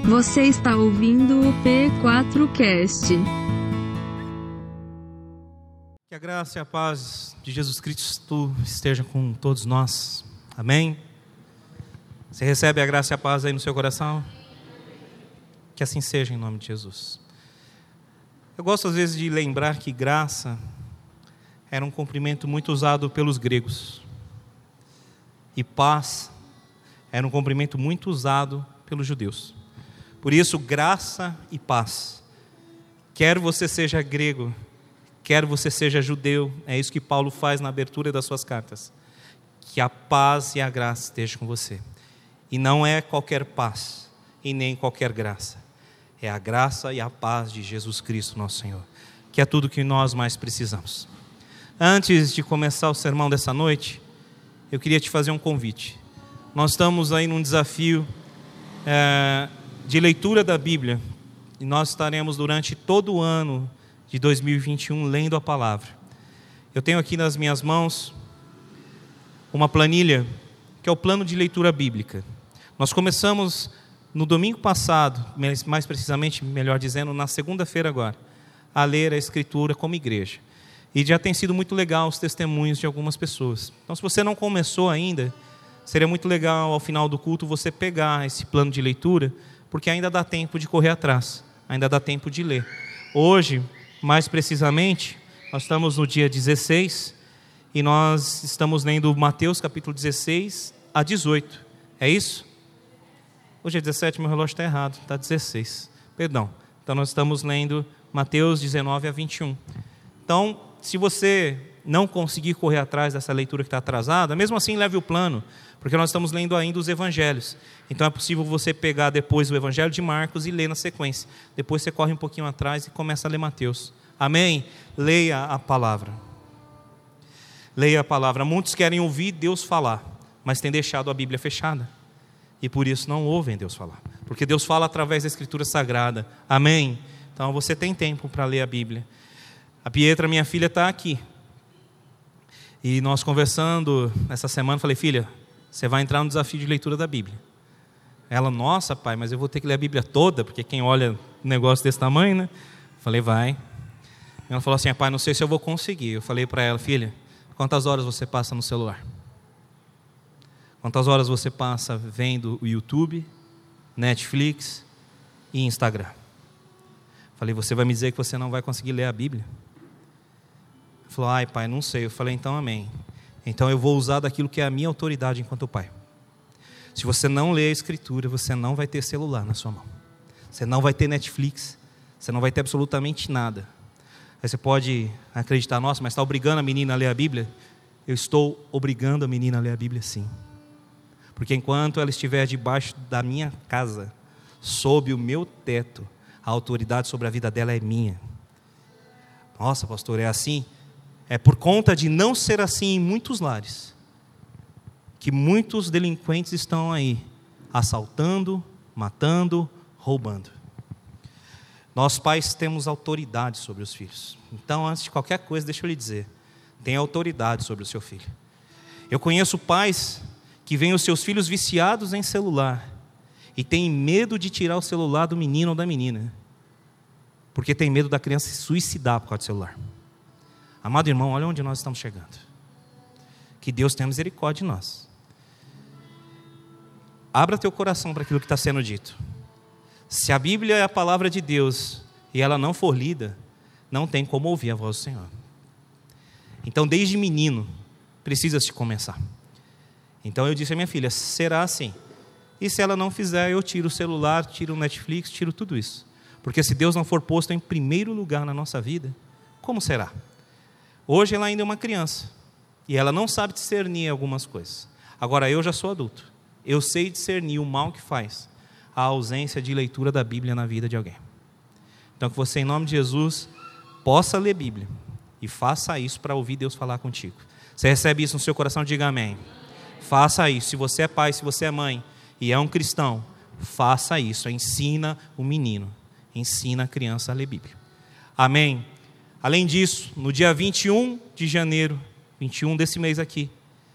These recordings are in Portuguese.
Você está ouvindo o P4Cast. Que a graça e a paz de Jesus Cristo esteja com todos nós. Amém? Você recebe a graça e a paz aí no seu coração? Que assim seja em nome de Jesus. Eu gosto às vezes de lembrar que graça era um cumprimento muito usado pelos gregos. E paz era um cumprimento muito usado pelos judeus. Por isso, graça e paz. Quer você seja grego, quer você seja judeu, é isso que Paulo faz na abertura das suas cartas. Que a paz e a graça estejam com você. E não é qualquer paz e nem qualquer graça. É a graça e a paz de Jesus Cristo, nosso Senhor, que é tudo que nós mais precisamos. Antes de começar o sermão dessa noite, eu queria te fazer um convite. Nós estamos aí num desafio de leitura da Bíblia, e nós estaremos durante todo o ano de 2021 lendo a palavra. Eu tenho aqui nas minhas mãos uma planilha, que é o plano de leitura bíblica. Nós começamos no domingo passado, mais precisamente, melhor dizendo, na segunda-feira agora, a ler a Escritura como igreja. E já tem sido muito legal os testemunhos de algumas pessoas. Então, se você não começou ainda, seria muito legal ao final do culto você pegar esse plano de leitura, porque ainda dá tempo de correr atrás, ainda dá tempo de ler. Hoje, mais precisamente, nós estamos no dia 16 e nós estamos lendo Mateus capítulo 16 a 18. É isso? Hoje é 17, meu relógio está errado, está 16. Perdão. Então nós estamos lendo Mateus 19 a 21. Então, se você não conseguir correr atrás dessa leitura que está atrasada, mesmo assim leve o plano, porque nós estamos lendo ainda os evangelhos. Então é possível você pegar depois o evangelho de Marcos e ler na sequência. Depois você corre um pouquinho atrás e começa a ler Mateus. Amém? Leia a palavra. Leia a palavra. Muitos querem ouvir Deus falar, mas têm deixado a Bíblia fechada. E por isso não ouvem Deus falar. Porque Deus fala através da Escritura Sagrada. Amém? Então você tem tempo para ler a Bíblia. A Pietra, minha filha, está aqui. E nós conversando essa semana, falei, filha, você vai entrar no desafio de leitura da Bíblia. Ela, nossa pai, mas eu vou ter que ler a Bíblia toda, porque quem olha um negócio desse tamanho, né? Falei, vai. Ela falou assim, pai, não sei se eu vou conseguir. Eu falei para ela, filha, quantas horas você passa no celular? Quantas horas você passa vendo o YouTube, Netflix e Instagram? Falei, você vai me dizer que você não vai conseguir ler a Bíblia? Ele falou, ai pai, não sei. Eu falei, então amém. Então eu vou usar daquilo que é a minha autoridade enquanto pai. Se você não ler a Escritura, você não vai ter celular na sua mão. Você não vai ter Netflix, você não vai ter absolutamente nada. Aí você pode acreditar, nossa, mas está obrigando a menina a ler a Bíblia? Eu estou obrigando a menina a ler a Bíblia sim. Porque enquanto ela estiver debaixo da minha casa, sob o meu teto, a autoridade sobre a vida dela é minha. Nossa, pastor, é assim? É por conta de não ser assim em muitos lares, que muitos delinquentes estão aí, assaltando, matando, roubando. Nós pais temos autoridade sobre os filhos. Então, antes de qualquer coisa, deixa eu lhe dizer, tenha autoridade sobre o seu filho. Eu conheço pais que veem os seus filhos viciados em celular e têm medo de tirar o celular do menino ou da menina, porque tem medo da criança se suicidar por causa do celular. Amado irmão, olha onde nós estamos chegando. Que Deus tenha misericórdia de nós. Abra teu coração para aquilo que está sendo dito. Se a Bíblia é a palavra de Deus e ela não for lida, não tem como ouvir a voz do Senhor. Então, desde menino, precisa-se começar. Então eu disse à minha filha, será assim. E se ela não fizer, eu tiro o celular, tiro o Netflix, tiro tudo isso. Porque se Deus não for posto em primeiro lugar na nossa vida, como será? Hoje ela ainda é uma criança. E ela não sabe discernir algumas coisas. Agora eu já sou adulto. Eu sei discernir o mal que faz a ausência de leitura da Bíblia na vida de alguém. Então que você, em nome de Jesus, possa ler Bíblia. E faça isso para ouvir Deus falar contigo. Você recebe isso no seu coração, diga amém. Faça isso. Se você é pai, se você é mãe e é um cristão, faça isso. Ensina o menino. Ensina a criança a ler Bíblia. Amém? Além disso, no dia 21 de janeiro, 21 desse mês aqui,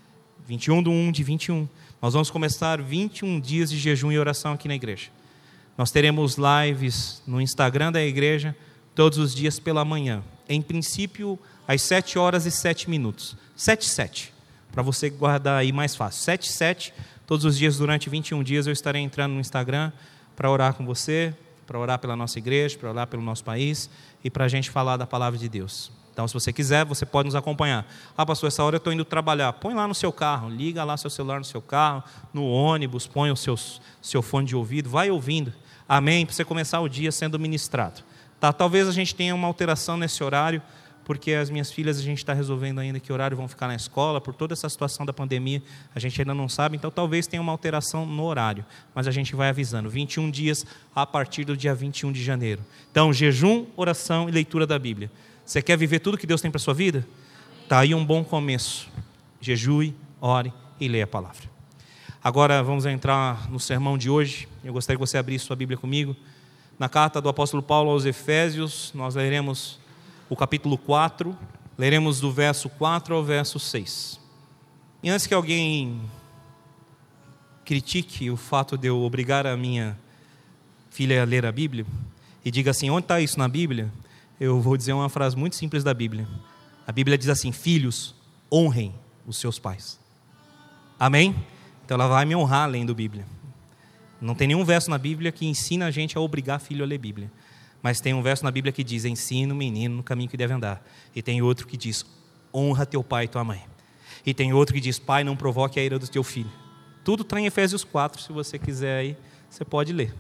21/1 de 21, nós vamos começar 21 dias de jejum e oração aqui na igreja. Nós teremos lives no Instagram da igreja todos os dias pela manhã. Em princípio, às 7h07. 7h07. Para você guardar aí mais fácil. 7h07, todos os dias durante 21 dias eu estarei entrando no Instagram para orar com você, para orar pela nossa igreja, para orar pelo nosso país e para a gente falar da palavra de Deus. Então, se você quiser, você pode nos acompanhar. Pastor, essa hora eu estou indo trabalhar. Põe lá no seu carro, liga lá seu celular no seu carro, no ônibus, põe o seu fone de ouvido, vai ouvindo. Amém? Para você começar o dia sendo ministrado. Tá? Talvez a gente tenha uma alteração nesse horário, porque as minhas filhas, a gente está resolvendo ainda que horário vão ficar na escola, por toda essa situação da pandemia, a gente ainda não sabe, então talvez tenha uma alteração no horário, mas a gente vai avisando, 21 dias a partir do dia 21 de janeiro. Então, jejum, oração e leitura da Bíblia. Você quer viver tudo que Deus tem para a sua vida? Está aí um bom começo. Jejue, ore e leia a palavra. Agora vamos entrar no sermão de hoje. Eu gostaria que você abrisse sua Bíblia comigo. Na carta do apóstolo Paulo aos Efésios, nós leremos o capítulo 4, leremos do verso 4 ao verso 6. E antes que alguém critique o fato de eu obrigar a minha filha a ler a Bíblia, e diga assim, onde está isso na Bíblia? Eu vou dizer uma frase muito simples da Bíblia. A Bíblia diz assim, filhos, honrem os seus pais. Amém? Então ela vai me honrar lendo Bíblia. Não tem nenhum verso na Bíblia que ensina a gente a obrigar filho a ler Bíblia. Mas tem um verso na Bíblia que diz, ensina o menino no caminho que deve andar. E tem outro que diz, honra teu pai e tua mãe. E tem outro que diz, pai, não provoque a ira do teu filho. Tudo está em Efésios 4, se você quiser aí, você pode ler.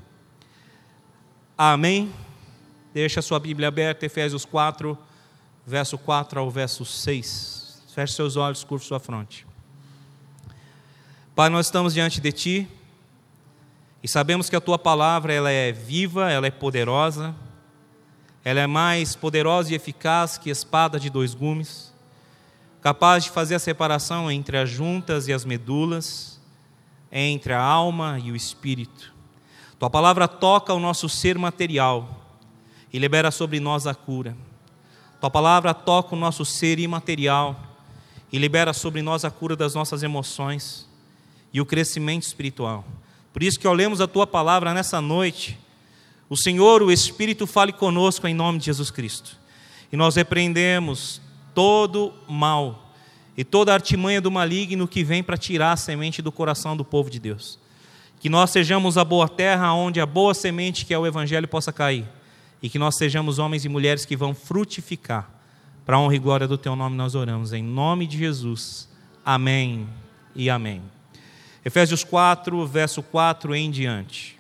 Amém? Deixa a sua Bíblia aberta, Efésios 4, verso 4 ao verso 6. Feche seus olhos, curva sua fronte. Pai, nós estamos diante de Ti e sabemos que a Tua palavra ela é viva, ela é poderosa, ela é mais poderosa e eficaz que espada de 2 gumes, capaz de fazer a separação entre as juntas e as medulas, entre a alma e o espírito. Tua palavra toca o nosso ser material e libera sobre nós a cura. Tua palavra toca o nosso ser imaterial e libera sobre nós a cura das nossas emoções e o crescimento espiritual. Por isso que ao lermos a Tua palavra nessa noite, o Senhor, o Espírito, fale conosco em nome de Jesus Cristo. E nós repreendemos todo mal e toda artimanha do maligno que vem para tirar a semente do coração do povo de Deus. Que nós sejamos a boa terra onde a boa semente que é o Evangelho possa cair. E que nós sejamos homens e mulheres que vão frutificar. Para a honra e glória do Teu nome nós oramos. Em nome de Jesus. Amém e amém. Efésios 4, verso 4 em diante.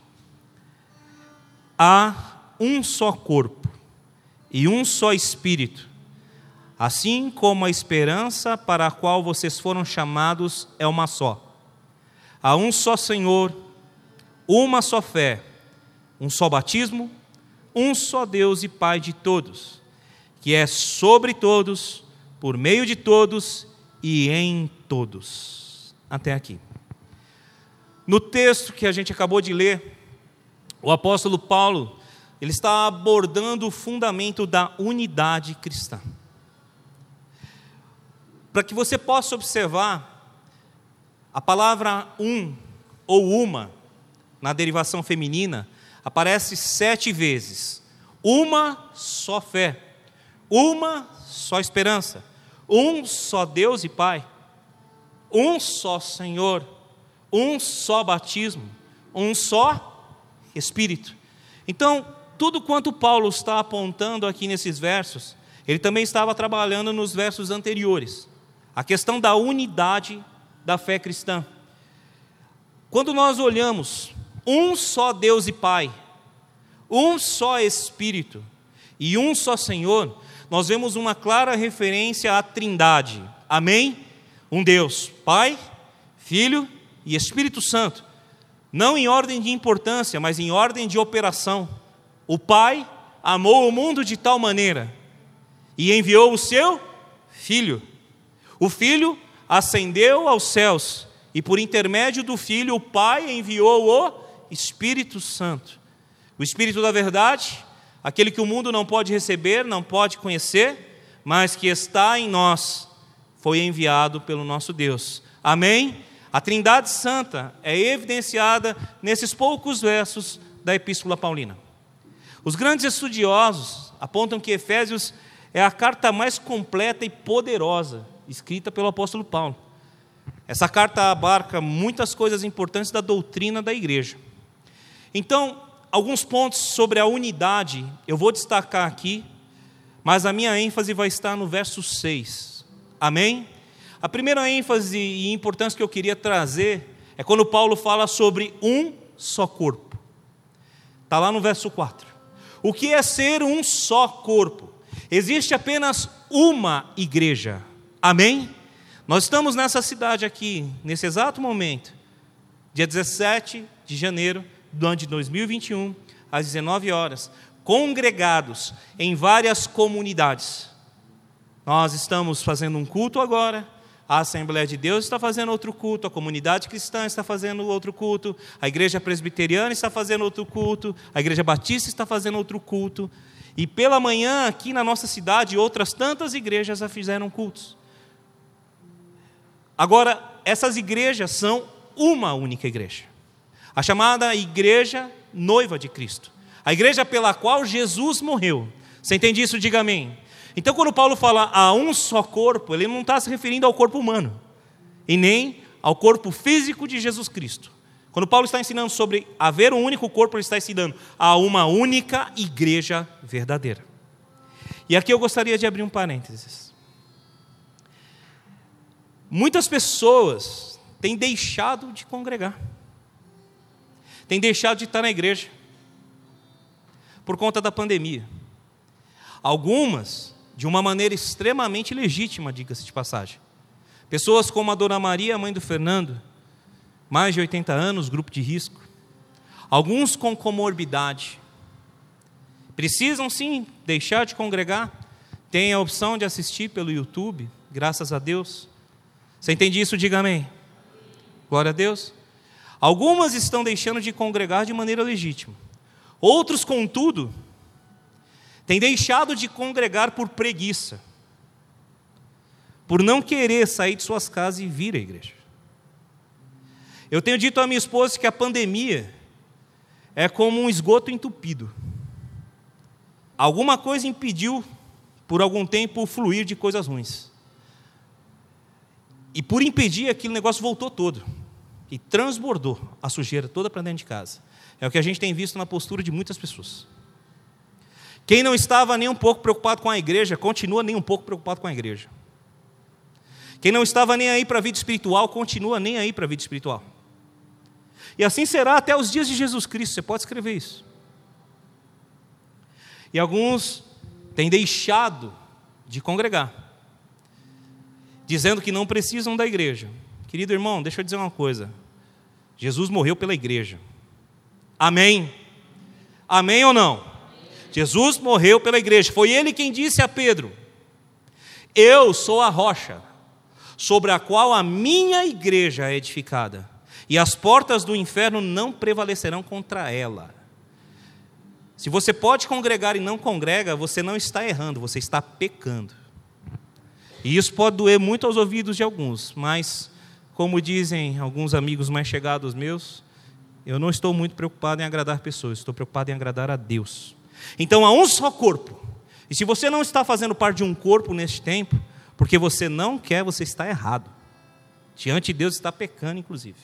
Há um só corpo e um só Espírito, assim como a esperança para a qual vocês foram chamados é uma só. Há um só Senhor, uma só fé, um só batismo, um só Deus e Pai de todos, que é sobre todos, por meio de todos e em todos. Até aqui. No texto que a gente acabou de ler, o apóstolo Paulo, ele está abordando o fundamento da unidade cristã. Para que você possa observar, a palavra um ou uma, na derivação feminina, aparece 7 vezes. Uma só fé, uma só esperança, um só Deus e Pai, um só Senhor, um só batismo, um só Espírito. Então, tudo quanto Paulo está apontando aqui nesses versos, ele também estava trabalhando nos versos anteriores. A questão da unidade da fé cristã. Quando nós olhamos um só Deus e Pai, um só Espírito e um só Senhor, nós vemos uma clara referência à Trindade. Amém? Um Deus, Pai, Filho e Espírito Santo. Não em ordem de importância, mas em ordem de operação. O Pai amou o mundo de tal maneira e enviou o seu Filho. O Filho ascendeu aos céus e por intermédio do Filho o Pai enviou o Espírito Santo. O Espírito da verdade, aquele que o mundo não pode receber, não pode conhecer, mas que está em nós, foi enviado pelo nosso Deus. Amém? A Trindade Santa é evidenciada nesses poucos versos da Epístola Paulina. Os grandes estudiosos apontam que Efésios é a carta mais completa e poderosa escrita pelo apóstolo Paulo. Essa carta abarca muitas coisas importantes da doutrina da igreja. Então, alguns pontos sobre a unidade eu vou destacar aqui, mas a minha ênfase vai estar no verso 6. Amém? A primeira ênfase e importância que eu queria trazer é quando Paulo fala sobre um só corpo. Está lá no verso 4. O que é ser um só corpo? Existe apenas uma igreja. Amém? Nós estamos nessa cidade aqui, nesse exato momento, dia 17 de janeiro do ano de 2021, às 19 horas, congregados em várias comunidades. Nós estamos fazendo um culto agora, a Assembleia de Deus está fazendo outro culto, a comunidade cristã está fazendo outro culto, a igreja presbiteriana está fazendo outro culto, a igreja batista está fazendo outro culto, e pela manhã aqui na nossa cidade outras tantas igrejas já fizeram cultos. Agora, essas igrejas são uma única igreja, a chamada igreja noiva de Cristo, a igreja pela qual Jesus morreu. Você entende isso? Diga amém. Então, quando Paulo fala a um só corpo, ele não está se referindo ao corpo humano, e nem ao corpo físico de Jesus Cristo. Quando Paulo está ensinando sobre haver um único corpo, ele está ensinando a uma única igreja verdadeira. E aqui eu gostaria de abrir um parênteses. Muitas pessoas têm deixado de congregar, têm deixado de estar na igreja, por conta da pandemia. Algumas de uma maneira extremamente legítima, diga-se de passagem. Pessoas como a Dona Maria, mãe do Fernando, mais de 80 anos, grupo de risco. Alguns com comorbidade. Precisam sim deixar de congregar. Tem a opção de assistir pelo YouTube, graças a Deus. Você entende isso? Diga amém. Glória a Deus. Algumas estão deixando de congregar de maneira legítima. Outros, contudo, têm deixado de congregar por preguiça, por não querer sair de suas casas e vir à igreja. Eu tenho dito à minha esposa que a pandemia é como um esgoto entupido. Alguma coisa impediu, por algum tempo, o fluir de coisas ruins. E por impedir, aquele negócio voltou todo. E transbordou a sujeira toda para dentro de casa. É o que a gente tem visto na postura de muitas pessoas. Quem não estava nem um pouco preocupado com a igreja, continua nem um pouco preocupado com a igreja. Quem não estava nem aí para a vida espiritual, continua nem aí para a vida espiritual. E assim será até os dias de Jesus Cristo, você pode escrever isso. E alguns têm deixado de congregar, dizendo que não precisam da igreja. Querido irmão, deixa eu dizer uma coisa. Jesus morreu pela igreja. Amém? Amém ou não? Jesus morreu pela igreja. Foi ele quem disse a Pedro: eu sou a rocha, sobre a qual a minha igreja é edificada, e as portas do inferno não prevalecerão contra ela. Se você pode congregar e não congrega, você não está errando, você está pecando. E isso pode doer muito aos ouvidos de alguns, mas, como dizem alguns amigos mais chegados meus, eu não estou muito preocupado em agradar pessoas, estou preocupado em agradar a Deus. Então há um só corpo, e se você não está fazendo parte de um corpo neste tempo, porque você não quer, você está errado, diante de Deus está pecando inclusive.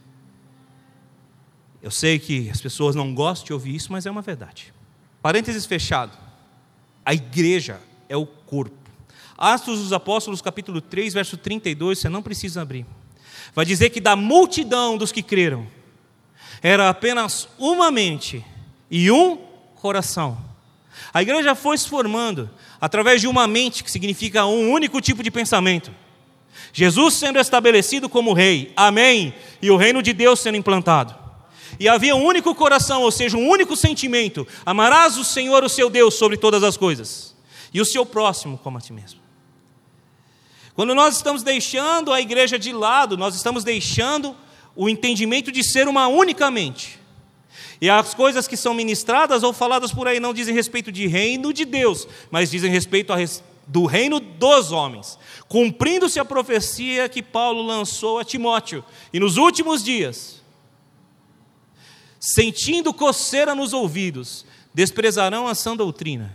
Eu sei que as pessoas não gostam de ouvir isso, mas é uma verdade. Parênteses fechado, a igreja é o corpo. Atos dos Apóstolos capítulo 3, verso 32, você não precisa abrir, vai dizer que da multidão dos que creram, era apenas uma mente e um coração. A igreja foi se formando através de uma mente, que significa um único tipo de pensamento. Jesus sendo estabelecido como rei, amém, e o reino de Deus sendo implantado. E havia um único coração, ou seja, um único sentimento: amarás o Senhor, o seu Deus, sobre todas as coisas, e o seu próximo como a ti mesmo. Quando nós estamos deixando a igreja de lado, nós estamos deixando o entendimento de ser uma única mente. E as coisas que são ministradas ou faladas por aí não dizem respeito de reino de Deus, mas dizem respeito do reino dos homens, cumprindo-se a profecia que Paulo lançou a Timóteo. E nos últimos dias sentindo coceira nos ouvidos, desprezarão a sã doutrina,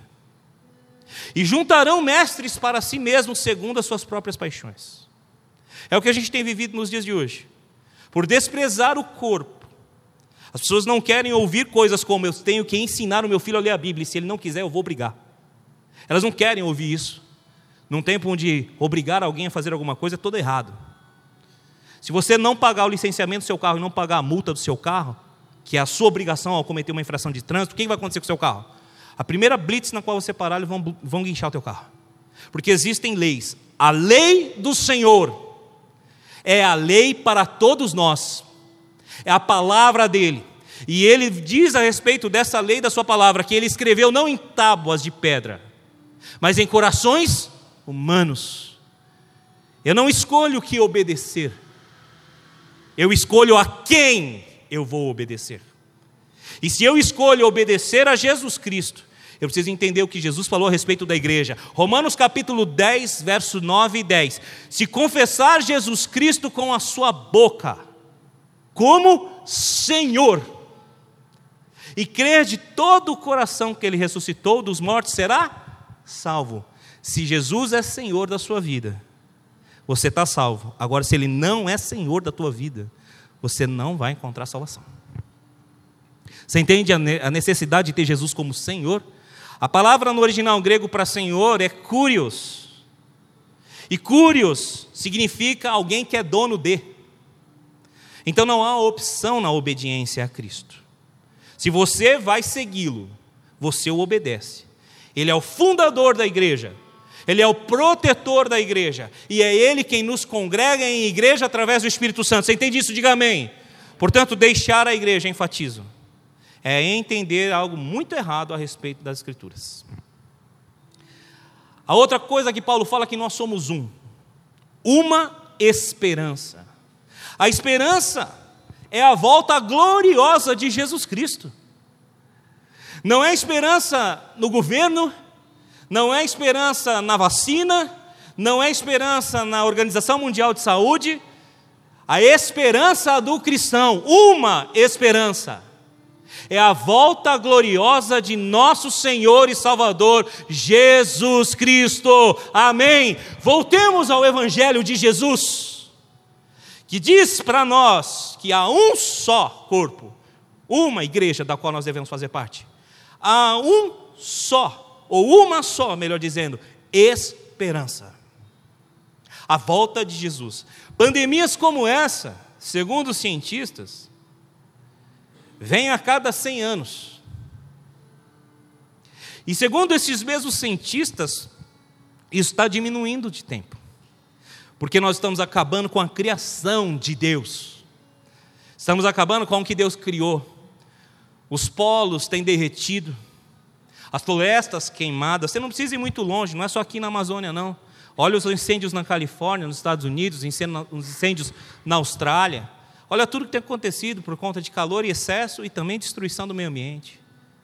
e juntarão mestres para si mesmos segundo as suas próprias paixões. É o que a gente tem vivido nos dias de hoje. Por desprezar o corpo, as pessoas não querem ouvir coisas como: eu tenho que ensinar o meu filho a ler a Bíblia, e se ele não quiser eu vou obrigar. Elas não querem ouvir isso. Num tempo onde obrigar alguém a fazer alguma coisa é todo errado. Se você não pagar o licenciamento do seu carro e não pagar a multa do seu carro, que é a sua obrigação ao cometer uma infração de trânsito, o que vai acontecer com o seu carro? A primeira blitz na qual você parar, eles vão guinchar o teu carro. Porque existem leis. A lei do Senhor é a lei para todos nós. É a palavra dele. E ele diz a respeito dessa lei da sua palavra, que ele escreveu não em tábuas de pedra, mas em corações humanos. Eu não escolho o que obedecer. Eu escolho a quem eu vou obedecer. E se eu escolho obedecer a Jesus Cristo, eu preciso entender o que Jesus falou a respeito da igreja. Romanos capítulo 10, verso 9 e 10. Se confessar Jesus Cristo com a sua boca, como Senhor, e crer de todo o coração que Ele ressuscitou dos mortos, será salvo. Se Jesus é Senhor da sua vida, você está salvo. Agora, se Ele não é Senhor da tua vida, você não vai encontrar salvação. Você entende a necessidade de ter Jesus como Senhor? A palavra no original grego para Senhor é Kyrios. E Kyrios significa alguém que é dono de. Então não há opção na obediência a Cristo. Se você vai segui-lo, você o obedece. Ele é o fundador da igreja. Ele é o protetor da igreja. E é Ele quem nos congrega em igreja através do Espírito Santo. Você entende isso? Diga amém. Portanto, deixar a igreja, enfatizo, é entender algo muito errado a respeito das Escrituras. A outra coisa que Paulo fala é que nós somos uma esperança. A esperança é a volta gloriosa de Jesus Cristo. Não é esperança no governo, não é esperança na vacina, não é esperança na Organização Mundial de Saúde. A esperança do cristão, uma esperança, é a volta gloriosa de nosso Senhor e Salvador, Jesus Cristo. Amém. Voltemos ao Evangelho de Jesus, que diz para nós que há um só corpo, uma igreja da qual nós devemos fazer parte. Há um só, ou uma só, melhor dizendo, esperança. A volta de Jesus. Pandemias como essa, segundo os cientistas, vem a cada 100 anos. E segundo esses mesmos cientistas, isso está diminuindo de tempo. Porque nós estamos acabando com a criação de Deus. Estamos acabando com o que Deus criou. Os polos têm derretido. As florestas queimadas. Você não precisa ir muito longe, não é só aqui na Amazônia, não. Olha os incêndios na Califórnia, nos Estados Unidos, os incêndios na Austrália. Olha tudo que tem acontecido por conta de calor e excesso e também destruição do meio ambiente.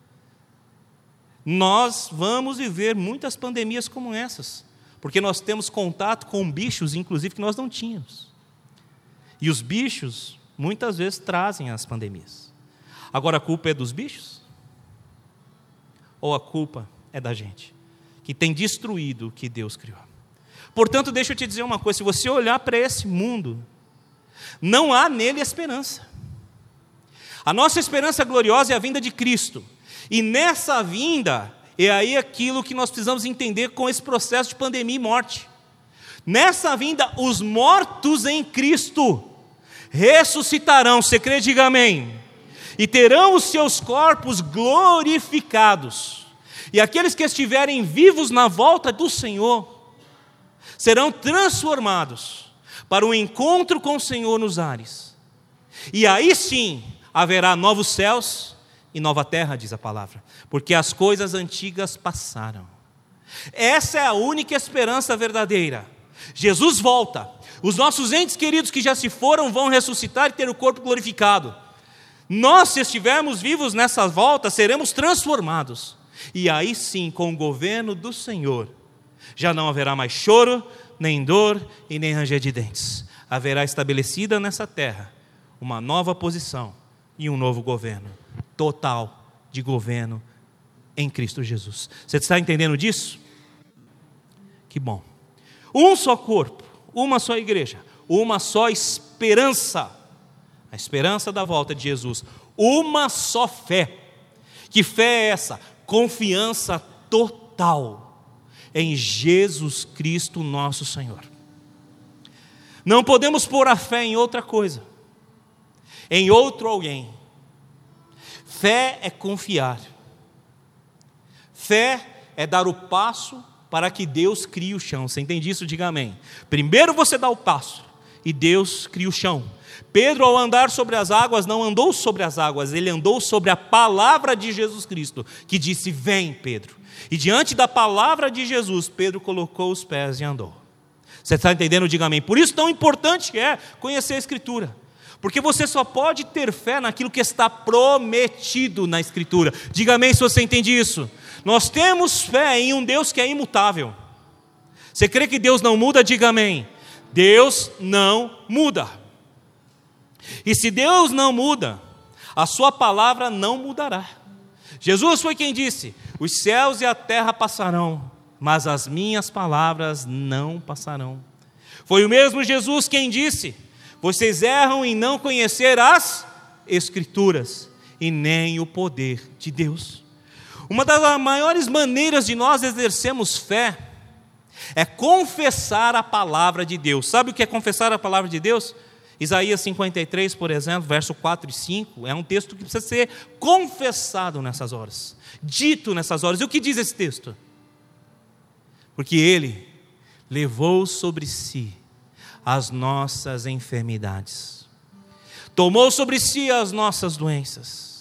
Nós vamos viver muitas pandemias como essas, porque nós temos contato com bichos, inclusive, que nós não tínhamos. E os bichos, muitas vezes, trazem as pandemias. Agora, a culpa é dos bichos? Ou a culpa é da gente, que tem destruído o que Deus criou? Portanto, deixa eu te dizer uma coisa, se você olhar para esse mundo, não há nele esperança. A nossa esperança gloriosa é a vinda de Cristo. E nessa vinda, é aí aquilo que nós precisamos entender com esse processo de pandemia e morte. Nessa vinda, os mortos em Cristo ressuscitarão, você crê, diga amém. E terão os seus corpos glorificados. E aqueles que estiverem vivos na volta do Senhor serão transformados para o encontro com o Senhor nos ares. E aí sim haverá novos céus e nova terra, diz a palavra, porque as coisas antigas passaram. Essa é a única esperança verdadeira. Jesus volta. Os nossos entes queridos que já se foram vão ressuscitar e ter o corpo glorificado. Nós, se estivermos vivos nessa volta, seremos transformados. E aí sim, com o governo do Senhor, já não haverá mais choro, nem dor e nem ranger de dentes. Haverá estabelecida nessa terra uma nova posição e um novo governo. total de governo em Cristo Jesus. Você está entendendo disso? Que bom. Um só corpo, uma só igreja, uma só esperança, a esperança da volta de Jesus, uma só fé. Que fé é essa? Confiança total em Jesus Cristo nosso Senhor. Não podemos pôr a fé em outra coisa, em outro alguém. Fé é confiar. Fé é dar o passo para que Deus crie o chão. Você entende isso? Diga amém. Primeiro você dá o passo e Deus cria o chão. Pedro, ao andar sobre as águas, não andou sobre as águas, ele andou sobre a palavra de Jesus Cristo, que disse: vem, Pedro. E diante da palavra de Jesus, Pedro colocou os pés e andou. Você está entendendo? Diga amém. Por isso tão importante é conhecer a Escritura, porque você só pode ter fé naquilo que está prometido na Escritura. Diga amém se você entende isso. Nós temos fé em um Deus que é imutável. Você crê que Deus não muda? Diga amém. Deus não muda. E se Deus não muda, a sua palavra não mudará. Jesus foi quem disse: os céus e a terra passarão, mas as minhas palavras não passarão. Foi o mesmo Jesus quem disse: vocês erram em não conhecer as Escrituras e nem o poder de Deus. Uma das maiores maneiras de nós exercermos fé é confessar a palavra de Deus. Sabe o que é confessar a palavra de Deus? Isaías 53, por exemplo, verso 4 e 5, é um texto que precisa ser confessado nessas horas, dito nessas horas. E o que diz esse texto? Porque Ele levou sobre si as nossas enfermidades, tomou sobre si as nossas doenças.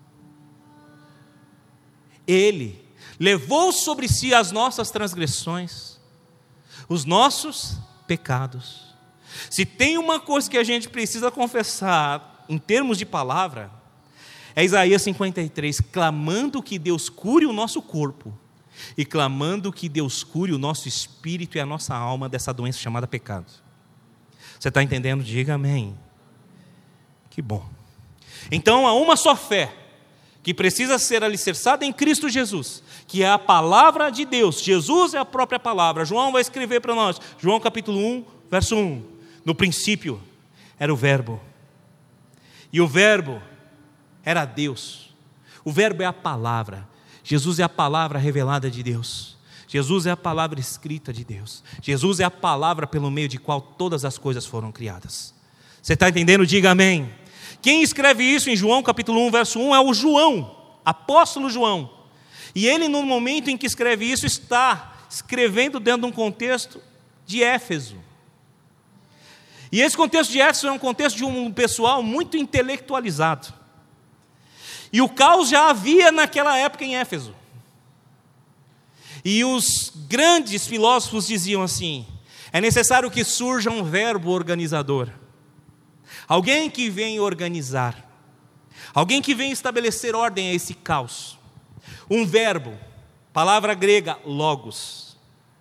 Ele levou sobre si as nossas transgressões, os nossos pecados. Se tem uma coisa que a gente precisa confessar em termos de palavra, é Isaías 53, clamando que Deus cure o nosso corpo e clamando que Deus cure o nosso espírito e a nossa alma dessa doença chamada pecado. Você está entendendo? Diga amém. Que bom. Então há uma só fé que precisa ser alicerçada em Cristo Jesus, que é a palavra de Deus. Jesus é a própria palavra. João vai escrever para nós, João capítulo 1, verso 1. No princípio era o Verbo, e o Verbo era Deus. O Verbo é a palavra. Jesus é a palavra revelada de Deus. Jesus é a palavra escrita de Deus. Jesus é a palavra pelo meio de qual todas as coisas foram criadas. Você está entendendo? Diga amém. Quem escreve isso em João capítulo 1, verso 1 é o João, apóstolo João. E ele, no momento em que escreve isso, está escrevendo dentro de um contexto de Éfeso. E esse contexto de Éfeso é um contexto de um pessoal muito intelectualizado. E o caos já havia naquela época em Éfeso. E os grandes filósofos diziam assim: é necessário que surja um verbo organizador. Alguém que vem organizar. Alguém que vem estabelecer ordem a esse caos. Um verbo, palavra grega, logos.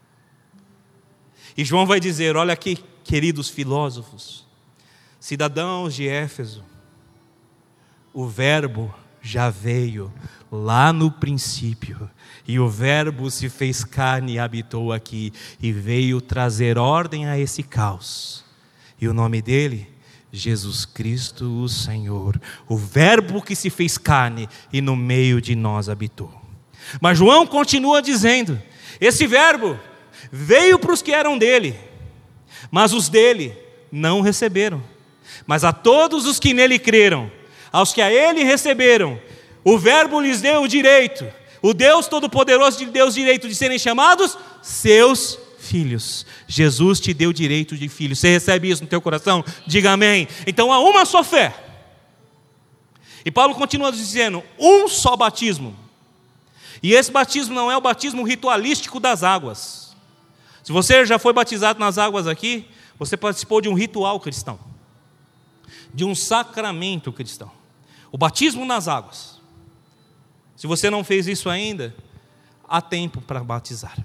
E João vai dizer: olha aqui, queridos filósofos, cidadãos de Éfeso, o verbo já veio lá no princípio, e o verbo se fez carne e habitou aqui, e veio trazer ordem a esse caos, e o nome dele, Jesus Cristo o Senhor, o verbo que se fez carne e no meio de nós habitou. Mas João continua dizendo: esse verbo veio para os que eram dele, mas os dele não receberam. Mas a todos os que nele creram, aos que a ele receberam, o verbo lhes deu o direito, o Deus Todo-Poderoso lhe deu o direito de serem chamados seus filhos. Jesus te deu direito de filho. Você recebe isso no teu coração? Diga amém. Então há uma só fé. E Paulo continua dizendo: um só batismo. E esse batismo não é o batismo ritualístico das águas. Se você já foi batizado nas águas aqui, você participou de um ritual cristão, de um sacramento cristão. O batismo nas águas. Se você não fez isso ainda, há tempo para batizar.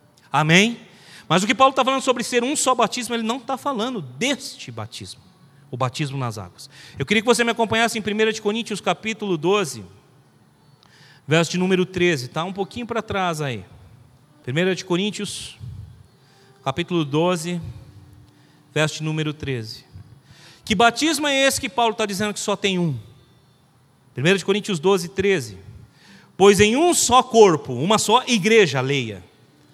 Amém? Mas o que Paulo está falando sobre ser um só batismo, ele não está falando deste batismo. o batismo nas águas. Eu queria que você me acompanhasse em 1 Coríntios capítulo 12, verso de número 13, está um pouquinho para trás aí. 1 Coríntios capítulo 12, verso de número 13. Que batismo é esse que Paulo está dizendo que só tem um? 1 Coríntios 12, 13. Pois em um só corpo, uma só igreja, leia,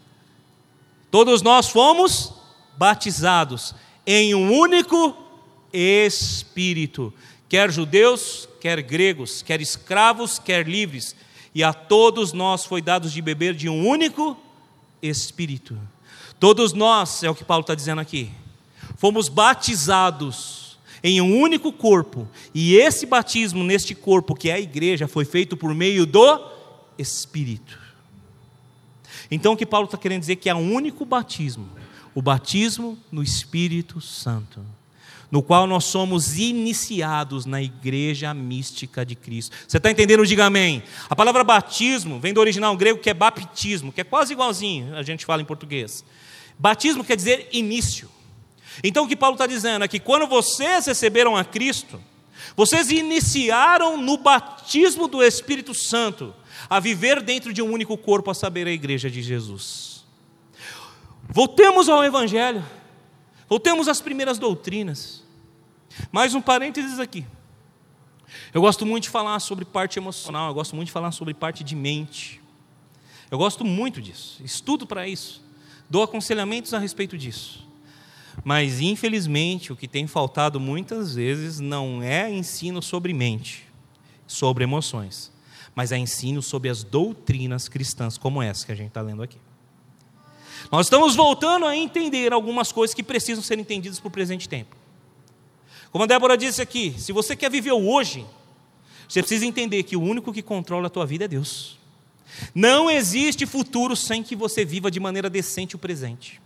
todos nós fomos batizados em um único Espírito, quer judeus, quer gregos, quer escravos, quer livres, e a todos nós foi dado de beber de um único Espírito. Todos nós, é o que Paulo está dizendo aqui, fomos batizados em um único corpo, e esse batismo neste corpo, que é a igreja, foi feito por meio do Espírito. Então o que Paulo está querendo dizer é que é um único batismo, o batismo no Espírito Santo, no qual nós somos iniciados na igreja mística de Cristo. Você está entendendo? Diga amém. A palavra batismo vem do original grego, que é baptismo, que é quase igualzinho a gente fala em português. Batismo quer dizer início. Então o que Paulo está dizendo é que quando vocês receberam a Cristo, vocês iniciaram no batismo do Espírito Santo a viver dentro de um único corpo, a saber, a igreja de Jesus. Voltemos ao Evangelho, voltemos às primeiras doutrinas. Mais um parênteses aqui. Eu gosto muito de falar sobre parte emocional, eu gosto muito de falar sobre parte de mente. Eu gosto muito disso, estudo para isso, dou aconselhamentos a respeito disso. Mas, infelizmente, o que tem faltado muitas vezes não é ensino sobre mente, sobre emoções, mas é ensino sobre as doutrinas cristãs, como essa que a gente está lendo aqui. Nós estamos voltando a entender algumas coisas que precisam ser entendidas para o presente tempo. Como a Débora disse aqui, se você quer viver o hoje, você precisa entender que o único que controla a tua vida é Deus. Não existe futuro sem que você viva de maneira decente o presente.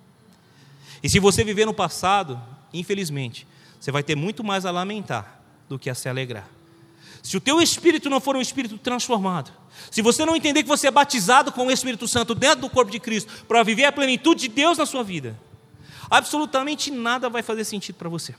E se você viver no passado, infelizmente, você vai ter muito mais a lamentar do que a se alegrar. Se o teu espírito não for um espírito transformado, se você não entender que você é batizado com o Espírito Santo dentro do corpo de Cristo, para viver a plenitude de Deus na sua vida, absolutamente nada vai fazer sentido para você.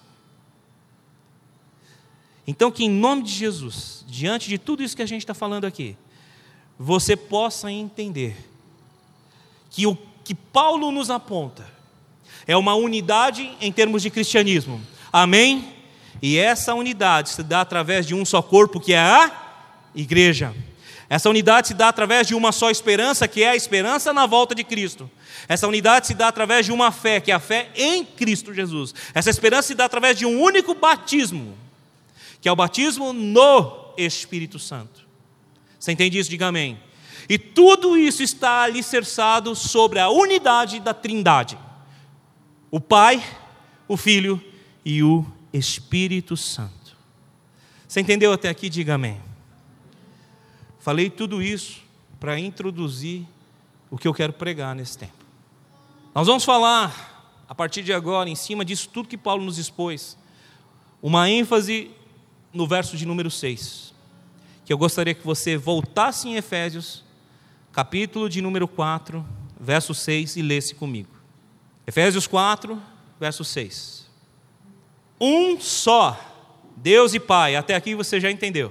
Então que em nome de Jesus, diante de tudo isso que a gente está falando aqui, você possa entender que o que Paulo nos aponta é uma unidade em termos de cristianismo, amém? E essa unidade se dá através de um só corpo, que é a igreja. Essa unidade se dá através de uma só esperança, que é a esperança na volta de Cristo. Essa unidade se dá através de uma fé, que é a fé em Cristo Jesus. Essa esperança se dá através de um único batismo, que é o batismo no Espírito Santo. Você entende isso? Diga amém. E tudo isso está alicerçado sobre a unidade da Trindade: o Pai, o Filho e o Espírito Santo. Você entendeu até aqui? Diga amém. Falei tudo isso para introduzir o que eu quero pregar nesse tempo. Nós vamos falar, a partir de agora, em cima disso tudo que Paulo nos expôs, uma ênfase no verso de número 6, que eu gostaria que você voltasse em Efésios, capítulo de número 4, verso 6, e lesse comigo. Efésios 4, verso 6. Um só Deus e Pai, até aqui você já entendeu,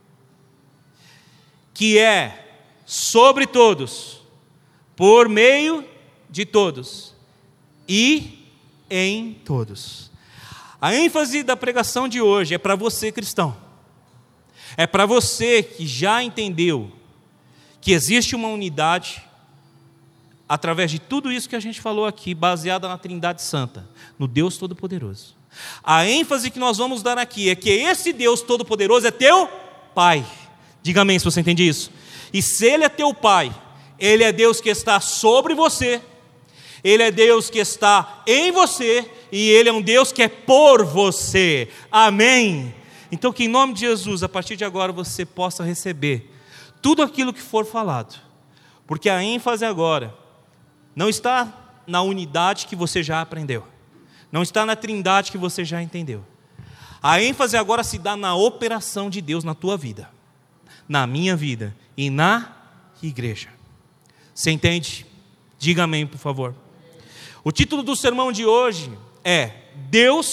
que é sobre todos, por meio de todos e em todos. A ênfase da pregação de hoje é para você, cristão. É para você que já entendeu que existe uma unidade através de tudo isso que a gente falou aqui, baseada na Trindade Santa, no Deus Todo-Poderoso. A ênfase que nós vamos dar aqui é que esse Deus Todo-Poderoso é teu Pai. Diga amém se você entende isso. E se Ele é teu Pai, Ele é Deus que está sobre você, Ele é Deus que está em você, e Ele é um Deus que é por você. Amém? Então que em nome de Jesus, a partir de agora, você possa receber tudo aquilo que for falado, porque a ênfase agora não está na unidade que você já aprendeu, não está na Trindade que você já entendeu. A ênfase agora se dá na operação de Deus na tua vida, na minha vida e na igreja. Você entende? Diga amém, por favor. O título do sermão de hoje é Deus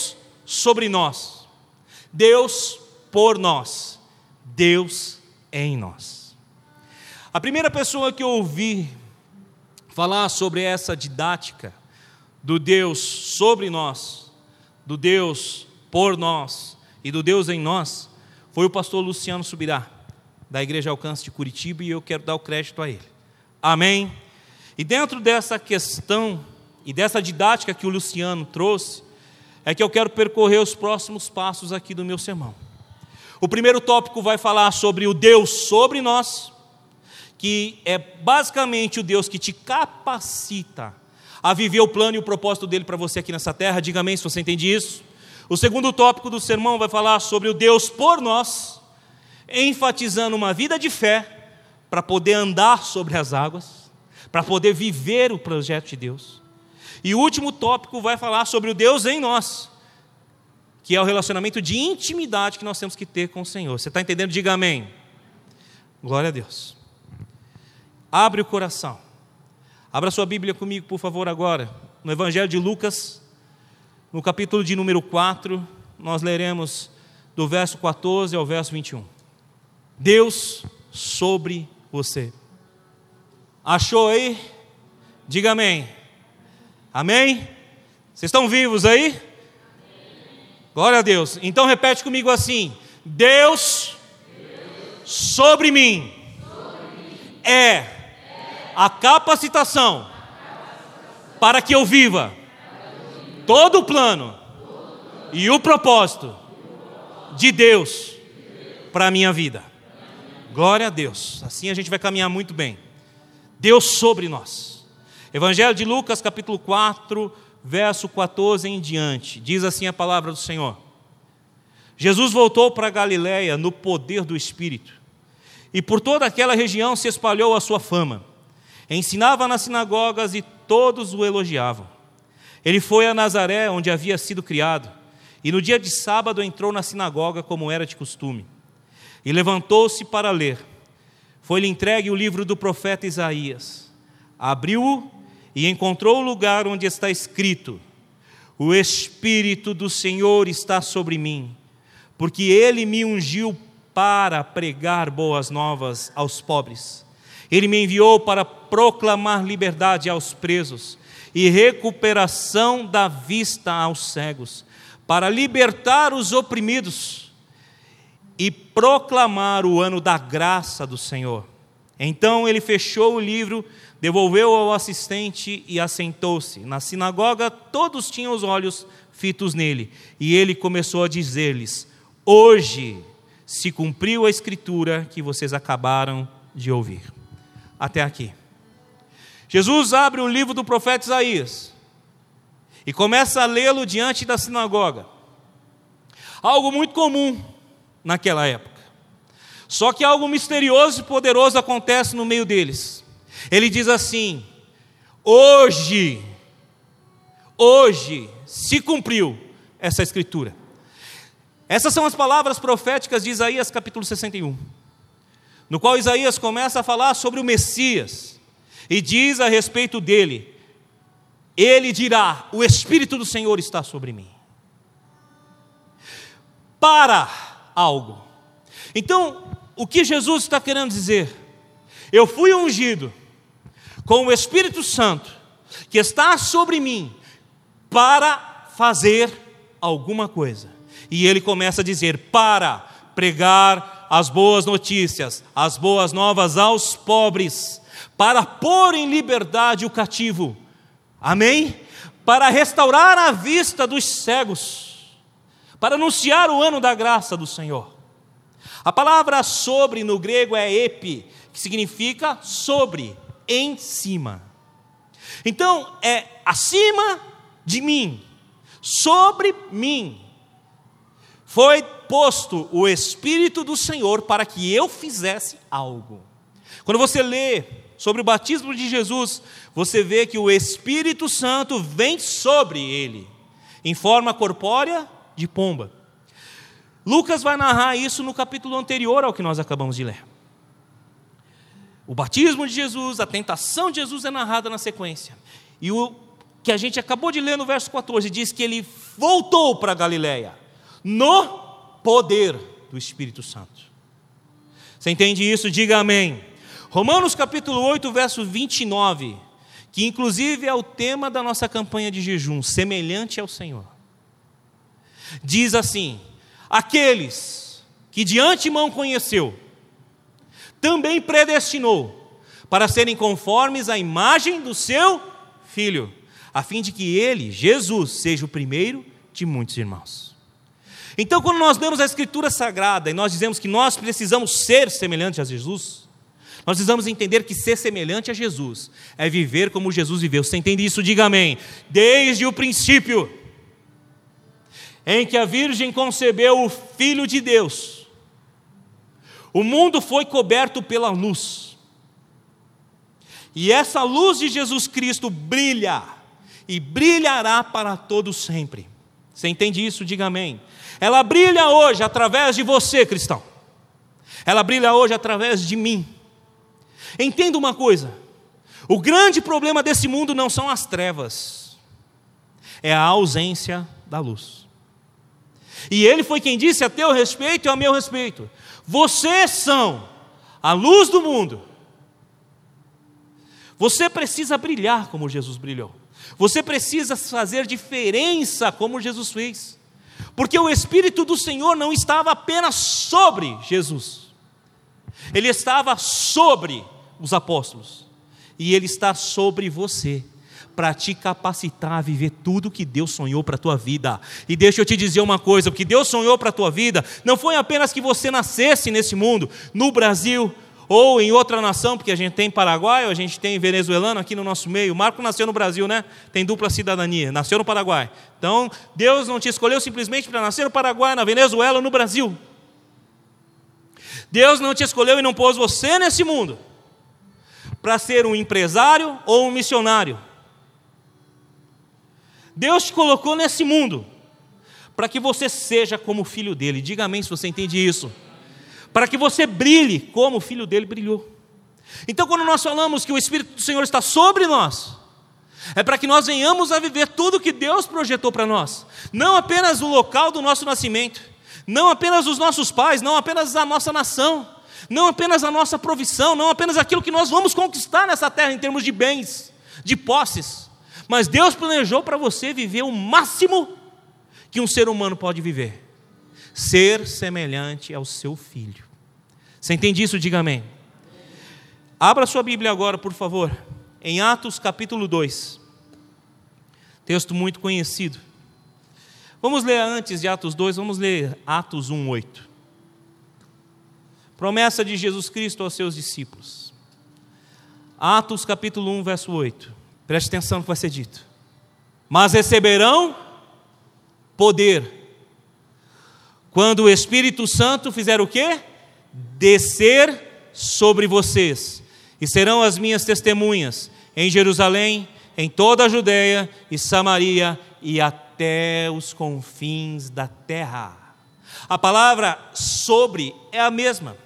sobre nós, Deus por nós, Deus em nós. A primeira pessoa que eu ouvi falar sobre essa didática do Deus sobre nós, do Deus por nós e do Deus em nós, foi o pastor Luciano Subirá, da Igreja Alcance de Curitiba, e eu quero dar o crédito a ele. Amém? E dentro dessa questão e dessa didática que o Luciano trouxe, é que eu quero percorrer os próximos passos aqui do meu sermão. O primeiro tópico vai falar sobre o Deus sobre nós, que é basicamente o Deus que te capacita a viver o plano e o propósito dele para você aqui nessa terra. Diga amém se você entende isso. O segundo tópico do sermão vai falar sobre o Deus por nós, enfatizando uma vida de fé para poder andar sobre as águas, para poder viver o projeto de Deus. E o último tópico vai falar sobre o Deus em nós, que é o relacionamento de intimidade que nós temos que ter com o Senhor. Você está entendendo? Diga amém. Glória a Deus. Abre o coração. Abra sua Bíblia comigo, por favor, agora. No Evangelho de Lucas, no capítulo de número 4, nós leremos do verso 14 ao verso 21. Deus sobre você. Achou aí? Diga amém. Amém? Vocês estão vivos aí? Glória a Deus. Então repete comigo assim: Deus sobre mim é a capacitação para que eu viva todo o plano e o propósito de Deus para a minha vida. Glória a Deus. Assim a gente vai caminhar muito bem. Deus sobre nós. Evangelho de Lucas, capítulo 4, verso 14 em diante. Diz assim a palavra do Senhor: Jesus voltou para Galiléia no poder do Espírito, e por toda aquela região se espalhou a sua fama. Ensinava nas sinagogas e todos o elogiavam. Ele foi a Nazaré, onde havia sido criado, e no dia de sábado entrou na sinagoga como era de costume. E levantou-se para ler. Foi-lhe entregue o livro do profeta Isaías. Abriu-o e encontrou o lugar onde está escrito: O Espírito do Senhor está sobre mim, porque Ele me ungiu para pregar boas novas aos pobres. Ele me enviou para proclamar liberdade aos presos e recuperação da vista aos cegos, para libertar os oprimidos e proclamar o ano da graça do Senhor. Então ele fechou o livro, devolveu ao assistente e assentou-se. Na sinagoga todos tinham os olhos fitos nele, e ele começou a dizer-lhes: Hoje se cumpriu a escritura que vocês acabaram de ouvir. Até aqui. Jesus abre o livro do profeta Isaías e começa a lê-lo diante da sinagoga. Algo muito comum naquela época. Só que algo misterioso e poderoso acontece no meio deles. Ele diz assim: hoje se cumpriu essa escritura. Essas são as palavras proféticas de Isaías capítulo 61, no qual Isaías começa a falar sobre o Messias, e diz a respeito dele: ele dirá, o Espírito do Senhor está sobre mim, para algo. Então, o que Jesus está querendo dizer? Eu fui ungido com o Espírito Santo, que está sobre mim, para fazer alguma coisa. E ele começa a dizer: para pregar as boas notícias, as boas novas aos pobres, para pôr em liberdade o cativo, amém? Para restaurar a vista dos cegos, para anunciar o ano da graça do Senhor. A palavra sobre no grego é epi, que significa sobre, em cima. Então é acima de mim, sobre mim, foi posto o Espírito do Senhor para que eu fizesse algo. Quando você lê sobre o batismo de Jesus, você vê que o Espírito Santo vem sobre ele, em forma corpórea de pomba. Lucas vai narrar isso no capítulo anterior ao que nós acabamos de ler. O batismo de Jesus, a tentação de Jesus é narrada na sequência. E o que a gente acabou de ler no verso 14, diz que ele voltou para a Galileia, no poder do Espírito Santo. Você entende isso? Diga amém. Romanos capítulo 8, verso 29, que inclusive é o tema da nossa campanha de jejum, semelhante ao Senhor. Diz assim: aqueles que de antemão conheceu, também predestinou para serem conformes à imagem do seu Filho, a fim de que ele, Jesus, seja o primeiro de muitos irmãos. Então, quando nós lemos a Escritura Sagrada e nós dizemos que nós precisamos ser semelhantes a Jesus, nós precisamos entender que ser semelhante a Jesus é viver como Jesus viveu. Você entende isso? Diga amém. Desde o princípio em que a Virgem concebeu o Filho de Deus, o mundo foi coberto pela luz. E essa luz de Jesus Cristo brilha e brilhará para todos sempre. Você entende isso? Diga amém. Ela brilha hoje através de você, cristão. Ela brilha hoje através de mim. Entenda uma coisa: o grande problema desse mundo não são as trevas, é a ausência da luz. E ele foi quem disse a teu respeito e a meu respeito: vocês são a luz do mundo. Você precisa brilhar como Jesus brilhou. Você precisa fazer diferença como Jesus fez. Porque o Espírito do Senhor não estava apenas sobre Jesus, ele estava sobre os apóstolos, e ele está sobre você, para te capacitar a viver tudo que Deus sonhou para a tua vida. E deixa eu te dizer uma coisa: o que Deus sonhou para a tua vida não foi apenas que você nascesse nesse mundo, no Brasil, ou em outra nação, porque a gente tem paraguaio, a gente tem venezuelano aqui no nosso meio. Marco nasceu no Brasil, né? Tem dupla cidadania, nasceu no Paraguai. Então, Deus não te escolheu simplesmente para nascer no Paraguai, na Venezuela ou no Brasil. Deus não te escolheu e não pôs você nesse mundo para ser um empresário ou um missionário. Deus te colocou nesse mundo para que você seja como filho dele. Diga amém se você entende isso. Para que você brilhe como o Filho dele brilhou. Então, quando nós falamos que o Espírito do Senhor está sobre nós, é para que nós venhamos a viver tudo que Deus projetou para nós. Não apenas o local do nosso nascimento, não apenas os nossos pais, não apenas a nossa nação, não apenas a nossa profissão, não apenas aquilo que nós vamos conquistar nessa terra em termos de bens, de posses, mas Deus planejou para você viver o máximo que um ser humano pode viver: ser semelhante ao seu Filho. Você entende isso? Diga amém. Abra sua Bíblia agora, por favor, em Atos capítulo 2, texto muito conhecido. Vamos ler antes de Atos 2, vamos ler Atos 1:8. Promessa de Jesus Cristo aos seus discípulos. Atos capítulo 1, verso 8. Preste atenção no que vai ser dito. Mas receberão poder quando o Espírito Santo fizer o quê? Descer sobre vocês, e serão as minhas testemunhas em Jerusalém, em toda a Judeia e Samaria e até os confins da terra. A palavra sobre é a mesma.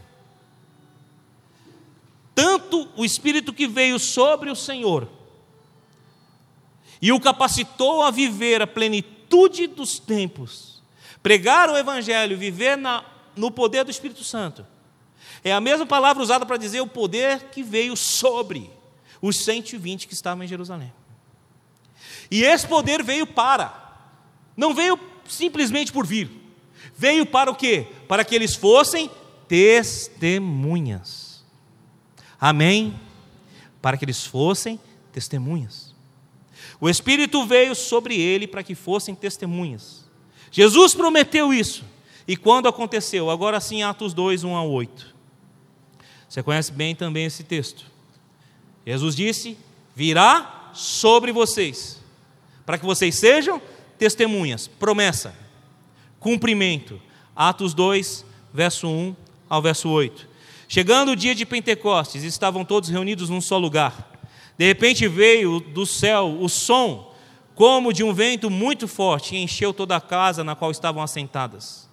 Tanto o Espírito que veio sobre o Senhor e o capacitou a viver a plenitude dos tempos, pregar o Evangelho, viver no poder do Espírito Santo, é a mesma palavra usada para dizer o poder que veio sobre os 120 que estavam em Jerusalém. E esse poder veio não veio simplesmente por vir, veio para o quê? Para que eles fossem testemunhas. Amém? Para que eles fossem testemunhas. O Espírito veio sobre ele para que fossem testemunhas. Jesus prometeu isso. E quando aconteceu? Agora sim, Atos 2, 1-8. Você conhece bem também esse texto. Jesus disse: virá sobre vocês, para que vocês sejam testemunhas. Promessa, cumprimento. Atos 2, verso 1 ao verso 8. Chegando o dia de Pentecostes, estavam todos reunidos num só lugar. De repente veio do céu o som como de um vento muito forte, e encheu toda a casa na qual estavam assentados,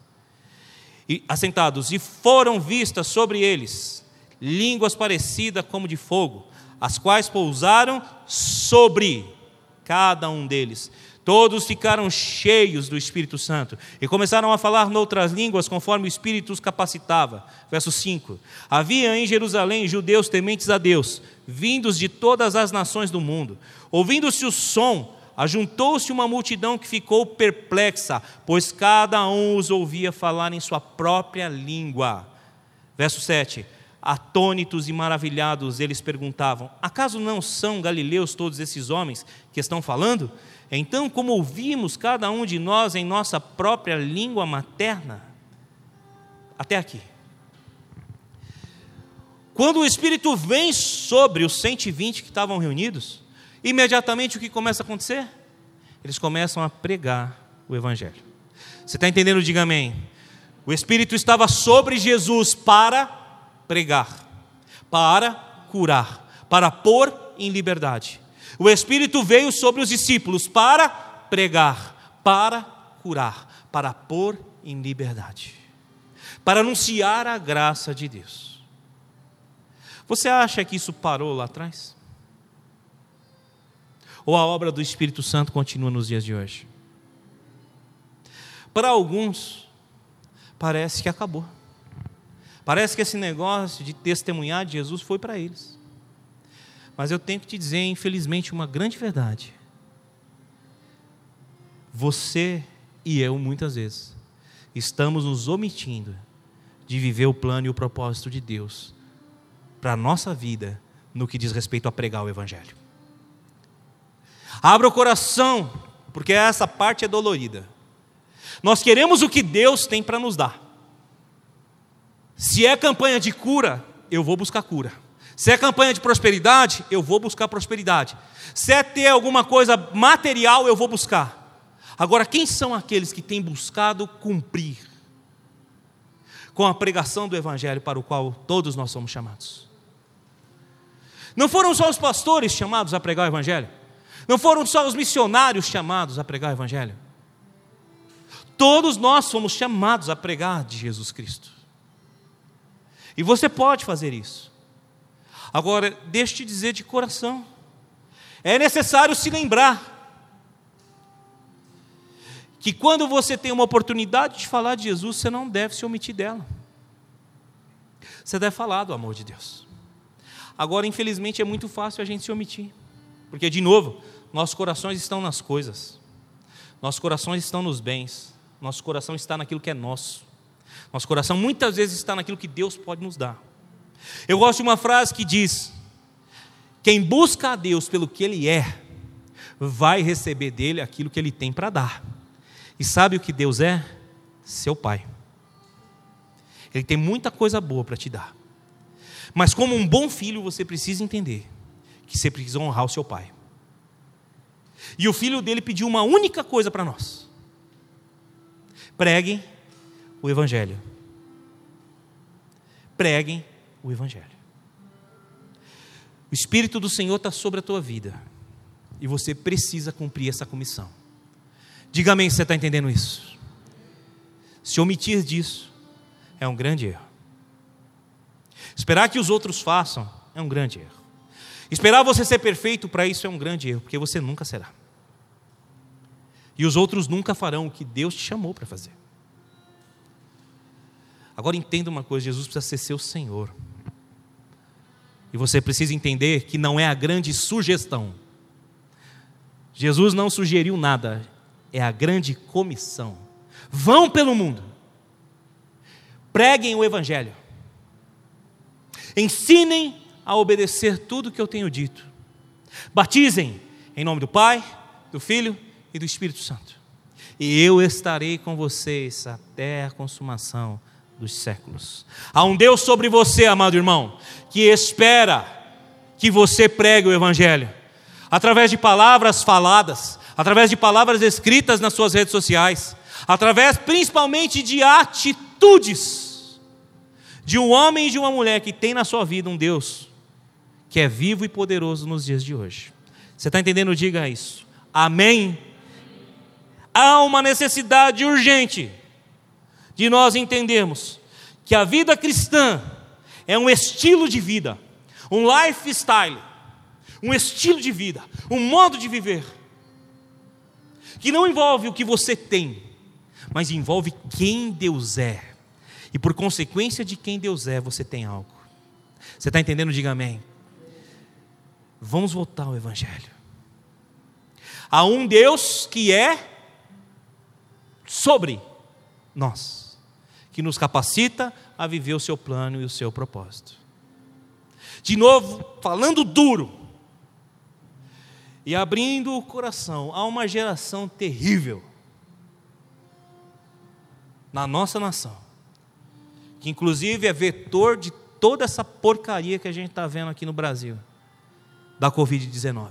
e foram vistas sobre eles línguas parecidas como de fogo, as quais pousaram sobre cada um deles. Todos ficaram cheios do Espírito Santo e começaram a falar noutras línguas conforme o Espírito os capacitava. Verso 5. Havia em Jerusalém judeus tementes a Deus, vindos de todas as nações do mundo. Ouvindo-se o som, ajuntou-se uma multidão que ficou perplexa, pois cada um os ouvia falar em sua própria língua. Verso 7. Atônitos e maravilhados, eles perguntavam: acaso não são galileus todos esses homens que estão falando? Então, como ouvimos cada um de nós em nossa própria língua materna? Até aqui. Quando o Espírito vem sobre os 120 que estavam reunidos, imediatamente o que começa a acontecer? Eles começam a pregar o Evangelho. Você está entendendo? Diga amém. O Espírito estava sobre Jesus para pregar, para curar, para pôr em liberdade. O Espírito veio sobre os discípulos para pregar, para curar, para pôr em liberdade, para anunciar a graça de Deus. Você acha que isso parou lá atrás? Ou a obra do Espírito Santo continua nos dias de hoje? Para alguns, parece que acabou. Parece que esse negócio de testemunhar de Jesus foi para eles. Mas eu tenho que te dizer, infelizmente, uma grande verdade. Você e eu, muitas vezes, estamos nos omitindo de viver o plano e o propósito de Deus para a nossa vida, no que diz respeito a pregar o Evangelho. Abra o coração, porque essa parte é dolorida. Nós queremos o que Deus tem para nos dar. Se é campanha de cura, eu vou buscar cura. Se é campanha de prosperidade, eu vou buscar prosperidade. Se é ter alguma coisa material, eu vou buscar. Agora, quem são aqueles que têm buscado cumprir com a pregação do Evangelho para o qual todos nós somos chamados? Não foram só os pastores chamados a pregar o Evangelho. Não foram só os missionários chamados a pregar o Evangelho. Todos nós somos chamados a pregar de Jesus Cristo. E você pode fazer isso. Agora, deixa eu te dizer de coração, é necessário se lembrar que quando você tem uma oportunidade de falar de Jesus, você não deve se omitir dela. Você deve falar do amor de Deus. Agora, infelizmente, é muito fácil a gente se omitir, porque, de novo, nossos corações estão nas coisas, nossos corações estão nos bens, nosso coração está naquilo que é nosso, nosso coração muitas vezes está naquilo que Deus pode nos dar. Eu gosto de uma frase que diz: quem busca a Deus pelo que Ele é, vai receber dele aquilo que Ele tem para dar. E sabe o que Deus é? Seu Pai. Ele tem muita coisa boa para te dar. Mas como um bom filho, você precisa entender que você precisa honrar o seu pai. E o filho dele pediu uma única coisa para nós: preguem o Evangelho. Preguem o Evangelho. O Espírito do Senhor está sobre a tua vida e você precisa cumprir essa comissão. Diga amém se você está entendendo isso. Se omitir disso é um grande erro. Esperar que os outros façam é um grande erro. Esperar você ser perfeito para isso é um grande erro, porque você nunca será. E os outros nunca farão o que Deus te chamou para fazer. Agora entenda uma coisa: Jesus precisa ser seu Senhor. E você precisa entender que não é a grande sugestão. Jesus não sugeriu nada, é a grande comissão. Vão pelo mundo, preguem o Evangelho, ensinem a obedecer tudo o que eu tenho dito, batizem em nome do Pai, do Filho e do Espírito Santo, e eu estarei com vocês até a consumação dos séculos. Há um Deus sobre você, amado irmão, que espera que você pregue o Evangelho, através de palavras faladas, através de palavras escritas nas suas redes sociais, através principalmente de atitudes de um homem e de uma mulher que tem na sua vida um Deus que é vivo e poderoso nos dias de hoje. Você está entendendo? Diga isso. Amém? Há uma necessidade urgente de nós entendermos que a vida cristã é um estilo de vida, um lifestyle, um estilo de vida, um modo de viver. que não envolve o que você tem, mas envolve quem Deus é. E por consequência de quem Deus é, você tem algo. Você está entendendo? Diga amém. Vamos voltar ao Evangelho. Há um Deus que é sobre nós, que nos capacita a viver o seu plano e o seu propósito. De novo, falando duro e abrindo o coração, há uma geração terrível na nossa nação, que inclusive é vetor de toda essa porcaria que a gente está vendo aqui no Brasil, da Covid-19.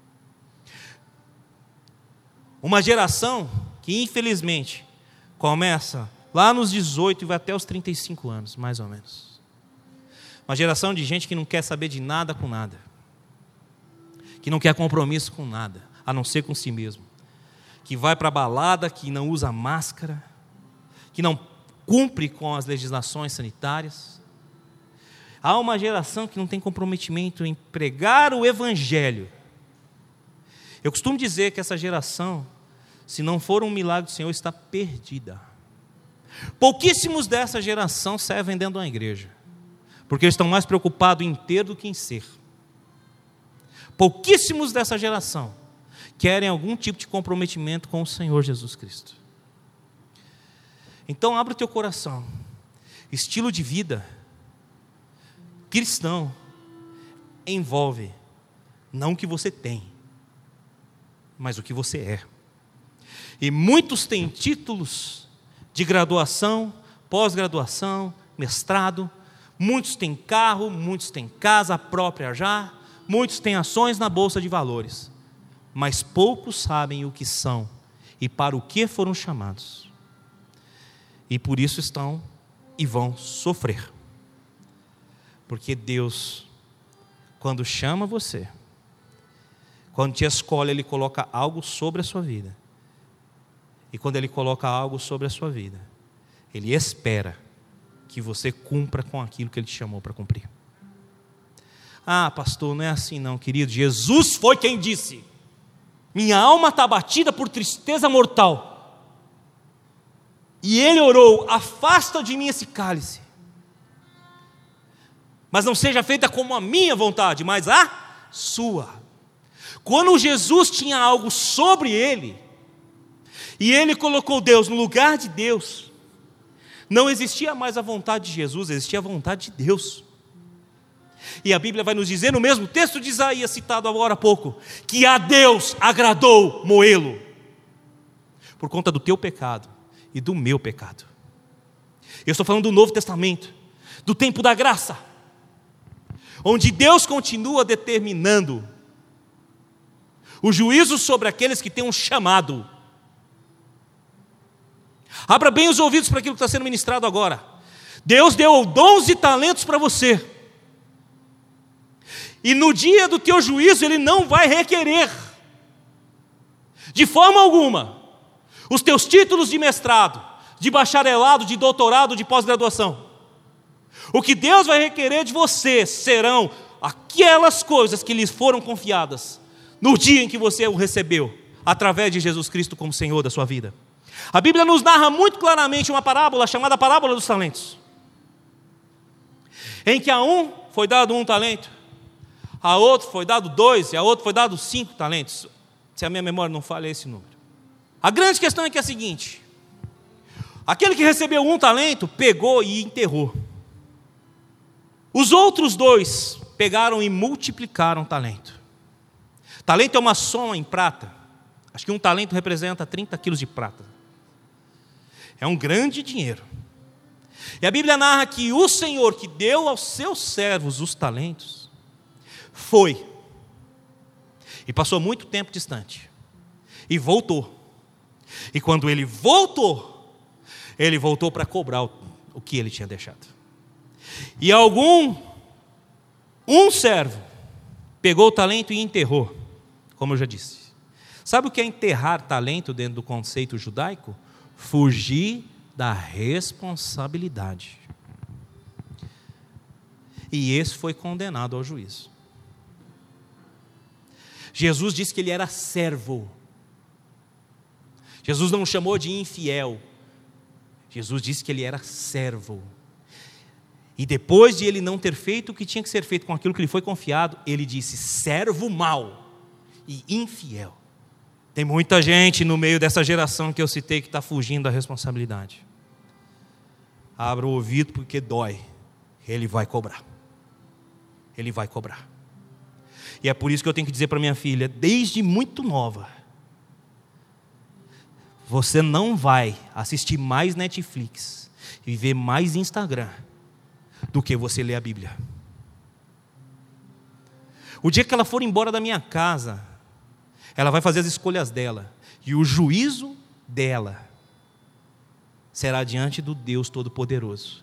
Uma geração que infelizmente começa lá nos 18 e vai até os 35 anos, mais ou menos. Uma geração de gente que não quer saber de nada com nada, que não quer compromisso com nada, a não ser com si mesmo, que vai para a balada, que não usa máscara, que não cumpre com as legislações sanitárias. Há uma geração que não tem comprometimento em pregar o Evangelho. Eu costumo dizer que essa geração, se não for um milagre do Senhor, está perdida. Pouquíssimos dessa geração servem dentro de uma igreja, porque eles estão mais preocupados em ter do que em ser. Pouquíssimos dessa geração querem algum tipo de comprometimento com o Senhor Jesus Cristo. Então abre o teu coração. Estilo de vida cristão envolve não o que você tem, mas o que você é. E muitos têm títulos de graduação, pós-graduação, mestrado, muitos têm carro, muitos têm casa própria já, muitos têm ações na bolsa de valores, mas poucos sabem o que são e para o que foram chamados. E por isso estão e vão sofrer. Porque Deus, quando chama você, quando te escolhe, Ele coloca algo sobre a sua vida. E quando Ele coloca algo sobre a sua vida, Ele espera que você cumpra com aquilo que Ele te chamou para cumprir. Ah, pastor, não é assim não, querido. Jesus foi quem disse: minha alma está abatida por tristeza mortal. E Ele orou: afasta de mim esse cálice, mas não seja feita como a minha vontade, mas a sua. Quando Jesus tinha algo sobre Ele, e Ele colocou Deus no lugar de Deus, não existia mais a vontade de Jesus, existia a vontade de Deus. E a Bíblia vai nos dizer, no mesmo texto de Isaías, citado agora há pouco, que a Deus agradou moê-lo, por conta do teu pecado e do meu pecado. Eu estou falando do Novo Testamento, do tempo da graça, onde Deus continua determinando o juízo sobre aqueles que têm um chamado. Abra bem os ouvidos para aquilo que está sendo ministrado agora. Deus deu dons e talentos para você, e no dia do teu juízo Ele não vai requerer de forma alguma os teus títulos de mestrado, de bacharelado, de doutorado, de pós-graduação. O que Deus vai requerer de você serão aquelas coisas que lhes foram confiadas no dia em que você o recebeu, através de Jesus Cristo como Senhor da sua vida. A Bíblia nos narra muito claramente uma parábola chamada parábola dos talentos, em que a um foi dado 1 talento, a outro foi dado 2 e a outro foi dado 5 talentos. Se a minha memória não falha, é esse número. A grande questão é que é a seguinte: aquele que recebeu 1 talento pegou e enterrou. Os outros 2 pegaram e multiplicaram o talento. Talento é uma soma em prata. Acho que 1 talento representa 30 quilos de prata. É um grande dinheiro. E a Bíblia narra que o Senhor que deu aos seus servos os talentos foi e passou muito tempo distante e voltou. E quando ele voltou para cobrar o que ele tinha deixado. E um servo pegou o talento e enterrou, como eu já disse. Sabe o que é enterrar talento dentro do conceito judaico? Fugir da responsabilidade. E esse foi condenado ao juízo. Jesus disse que ele era servo. Jesus não o chamou de infiel. Jesus disse que ele era servo. E depois de ele não ter feito o que tinha que ser feito com aquilo que lhe foi confiado, ele disse: servo mau e infiel. Tem muita gente no meio dessa geração que eu citei que está fugindo da responsabilidade. Abra o ouvido porque dói. Ele vai cobrar. Ele vai cobrar. E é por isso que eu tenho que dizer para minha filha, desde muito nova: você não vai assistir mais Netflix e ver mais Instagram do que você ler a Bíblia. O dia que ela for embora da minha casa, ela vai fazer as escolhas dela, e o juízo dela será diante do Deus Todo-Poderoso,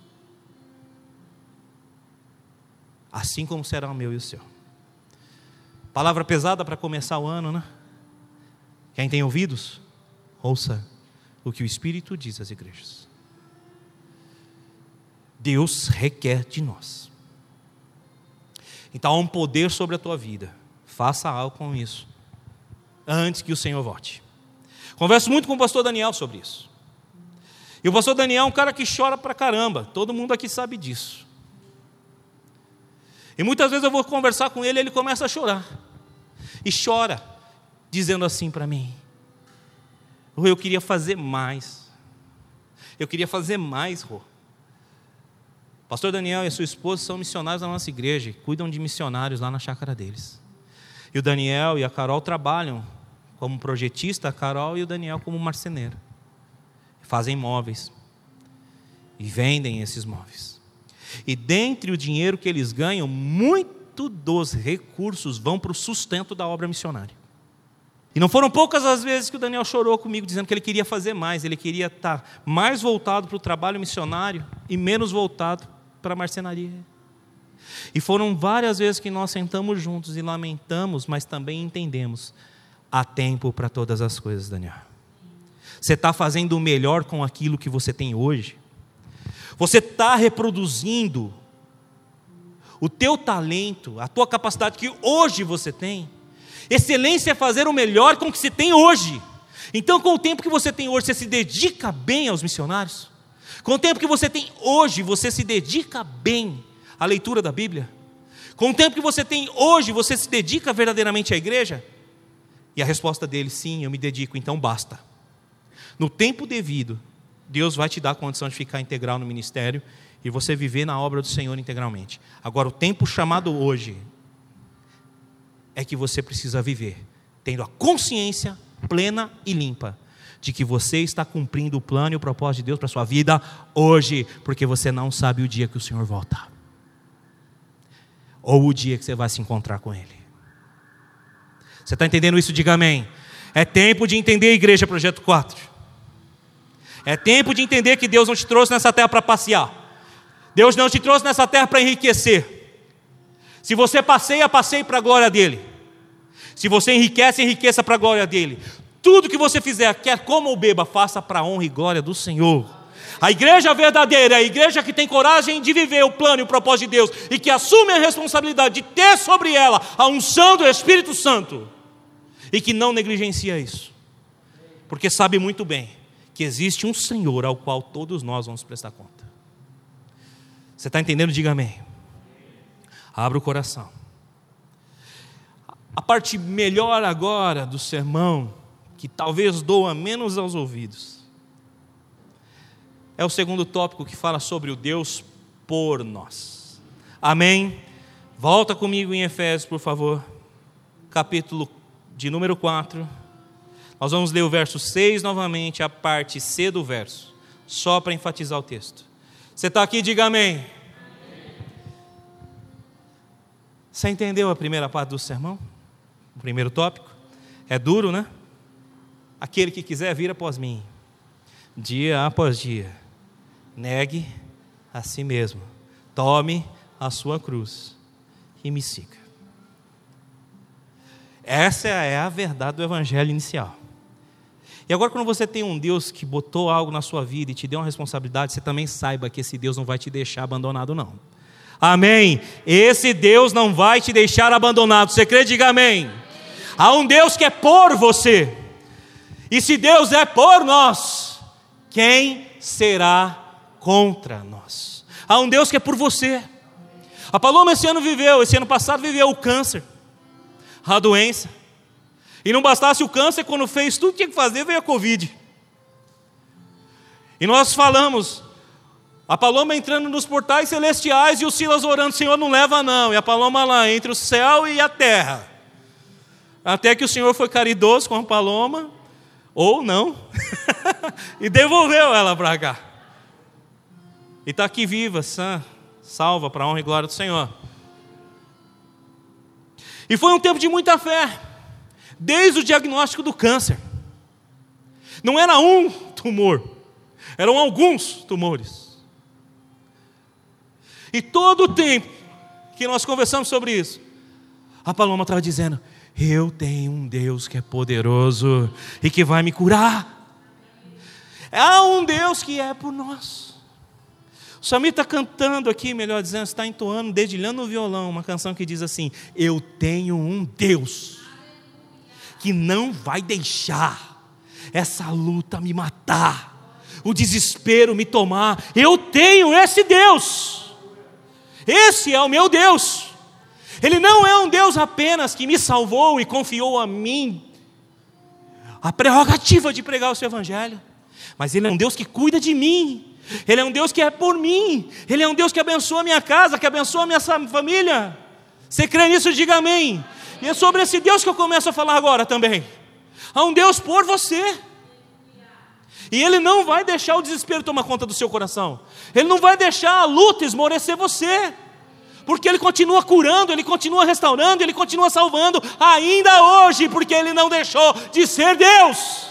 assim como será o meu e o seu. Palavra pesada para começar o ano, né? Quem tem ouvidos, ouça o que o Espírito diz às igrejas. Deus requer de nós. Então há um poder sobre a tua vida. Faça algo com isso antes que o Senhor volte. Converso muito com o pastor Daniel sobre isso. E o pastor Daniel é um cara que chora pra caramba. Todo mundo aqui sabe disso. E muitas vezes eu vou conversar com ele e ele começa a chorar. E chora, dizendo assim para mim: Rô, eu queria fazer mais. Eu queria fazer mais, Rô. Pastor Daniel e a sua esposa são missionários da nossa igreja e cuidam de missionários lá na chácara deles. E o Daniel e a Carol trabalham como projetista, a Carol e o Daniel como marceneiro. Fazem móveis e vendem esses móveis. E dentre o dinheiro que eles ganham, muito dos recursos vão para o sustento da obra missionária. E não foram poucas as vezes que o Daniel chorou comigo, dizendo que ele queria fazer mais, ele queria estar mais voltado para o trabalho missionário e menos voltado para a marcenaria. E foram várias vezes que nós sentamos juntos e lamentamos, mas também entendemos: há tempo para todas as coisas, Daniel. Você está fazendo o melhor com aquilo que você tem hoje? Você está reproduzindo o teu talento, a tua capacidade que hoje você tem? Excelência é fazer o melhor com o que se tem hoje. Então, com o tempo que você tem hoje, você se dedica bem aos missionários? Com o tempo que você tem hoje, você se dedica bem à leitura da Bíblia? Com o tempo que você tem hoje, você se dedica verdadeiramente à igreja? E a resposta dele: sim, eu me dedico. Então basta. No tempo devido, Deus vai te dar a condição de ficar integral no ministério e você viver na obra do Senhor integralmente. Agora, o tempo chamado hoje é que você precisa viver tendo a consciência plena e limpa de que você está cumprindo o plano e o propósito de Deus para a sua vida hoje, porque você não sabe o dia que o Senhor volta, ou o dia que você vai se encontrar com Ele. Você está entendendo isso? Diga amém. É tempo de entender, igreja Projeto 4. É tempo de entender que Deus não te trouxe nessa terra para passear. Deus não te trouxe nessa terra para enriquecer. Se você passeia, passeie para a glória dEle. Se você enriquece, enriqueça para a glória dEle. Tudo que você fizer, quer coma ou beba, faça para a honra e glória do Senhor. A igreja verdadeira é a igreja que tem coragem de viver o plano e o propósito de Deus e que assume a responsabilidade de ter sobre ela a unção do Espírito Santo e que não negligencia isso, porque sabe muito bem que existe um Senhor ao qual todos nós vamos prestar conta. Você está entendendo? Diga amém. Abra o coração. A parte melhor agora do sermão, que talvez doa menos aos ouvidos, é o segundo tópico, que fala sobre o Deus por nós. Amém? Volta comigo em Efésios, por favor, capítulo de número 4. Nós vamos ler o verso 6 novamente, a parte C do verso, só para enfatizar o texto. Você está aqui? Diga amém. Você entendeu a primeira parte do sermão? O primeiro tópico? É duro, né? Aquele que quiser vir após mim, dia após dia, negue a si mesmo, tome a sua cruz e me siga. Essa é a verdade do evangelho inicial. E agora, quando você tem um Deus que botou algo na sua vida e te deu uma responsabilidade, você também saiba que esse Deus não vai te deixar abandonado, não. Amém? Esse Deus não vai te deixar abandonado. Você crê? Diga amém. Há um Deus que é por você. E se Deus é por nós, quem será contra nós? Há um Deus que é por você. A Paloma esse ano passado viveu o câncer, a doença. E não bastasse o câncer, quando fez tudo que tinha que fazer, veio a Covid. E nós falamos, a Paloma entrando nos portais celestiais e o Silas orando, Senhor, não leva não. E a Paloma lá, entre o céu e a terra. Até que o Senhor foi caridoso com a Paloma, ou não, e devolveu ela para cá. E está aqui viva, sã, salva, para a honra e glória do Senhor. E foi um tempo de muita fé, desde o diagnóstico do câncer. Não era um tumor, eram alguns tumores. E todo o tempo que nós conversamos sobre isso, a Paloma estava dizendo, eu tenho um Deus que é poderoso e que vai me curar. Há um Deus que é por nós. O Samir está cantando aqui, melhor dizendo, está entoando, dedilhando no violão, uma canção que diz assim, eu tenho um Deus que não vai deixar essa luta me matar, o desespero me tomar. Eu tenho esse Deus. Esse é o meu Deus. Ele não é um Deus apenas que me salvou e confiou a mim a prerrogativa de pregar o seu evangelho, mas Ele é um Deus que cuida de mim. Ele é um Deus que é por mim. Ele é um Deus que abençoa a minha casa, que abençoa a minha família. Você crê nisso? Diga amém. E é sobre esse Deus que eu começo a falar agora também. Há um Deus por você. E Ele não vai deixar o desespero tomar conta do seu coração. Ele não vai deixar a luta esmorecer você. Porque Ele continua curando, Ele continua restaurando, Ele continua salvando, ainda hoje, porque Ele não deixou de ser Deus.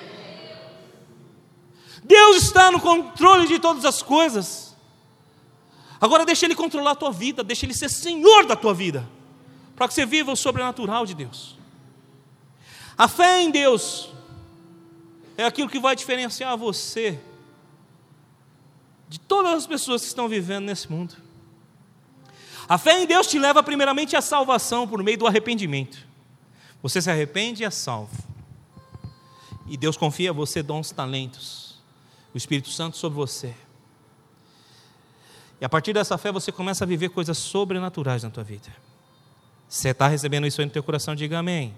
Deus está no controle de todas as coisas. Agora deixa Ele controlar a tua vida, deixa Ele ser Senhor da tua vida, para que você viva o sobrenatural de Deus. A fé em Deus é aquilo que vai diferenciar você de todas as pessoas que estão vivendo nesse mundo. A fé em Deus te leva primeiramente à salvação por meio do arrependimento. Você se arrepende e é salvo. E Deus confia a você dons, talentos, o Espírito Santo sobre você. E a partir dessa fé você começa a viver coisas sobrenaturais na tua vida. Você está recebendo isso aí no teu coração? Diga amém.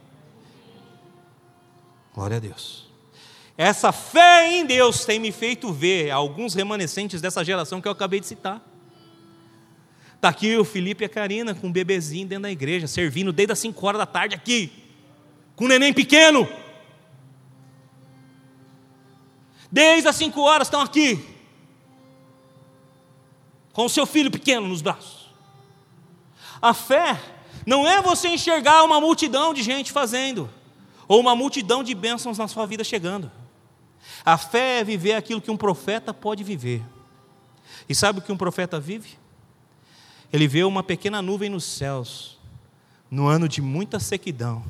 Glória a Deus. Essa fé em Deus tem me feito ver alguns remanescentes dessa geração que eu acabei de citar. Está aqui o Felipe e a Karina com um bebezinho dentro da igreja, servindo desde as 5 horas da tarde aqui, com um neném pequeno. Desde as 5 horas estão aqui, com o seu filho pequeno nos braços. A fé não é você enxergar uma multidão de gente fazendo, ou uma multidão de bênçãos na sua vida chegando. A fé é viver aquilo que um profeta pode viver. E sabe o que um profeta vive? Ele vê uma pequena nuvem nos céus, no ano de muita sequidão.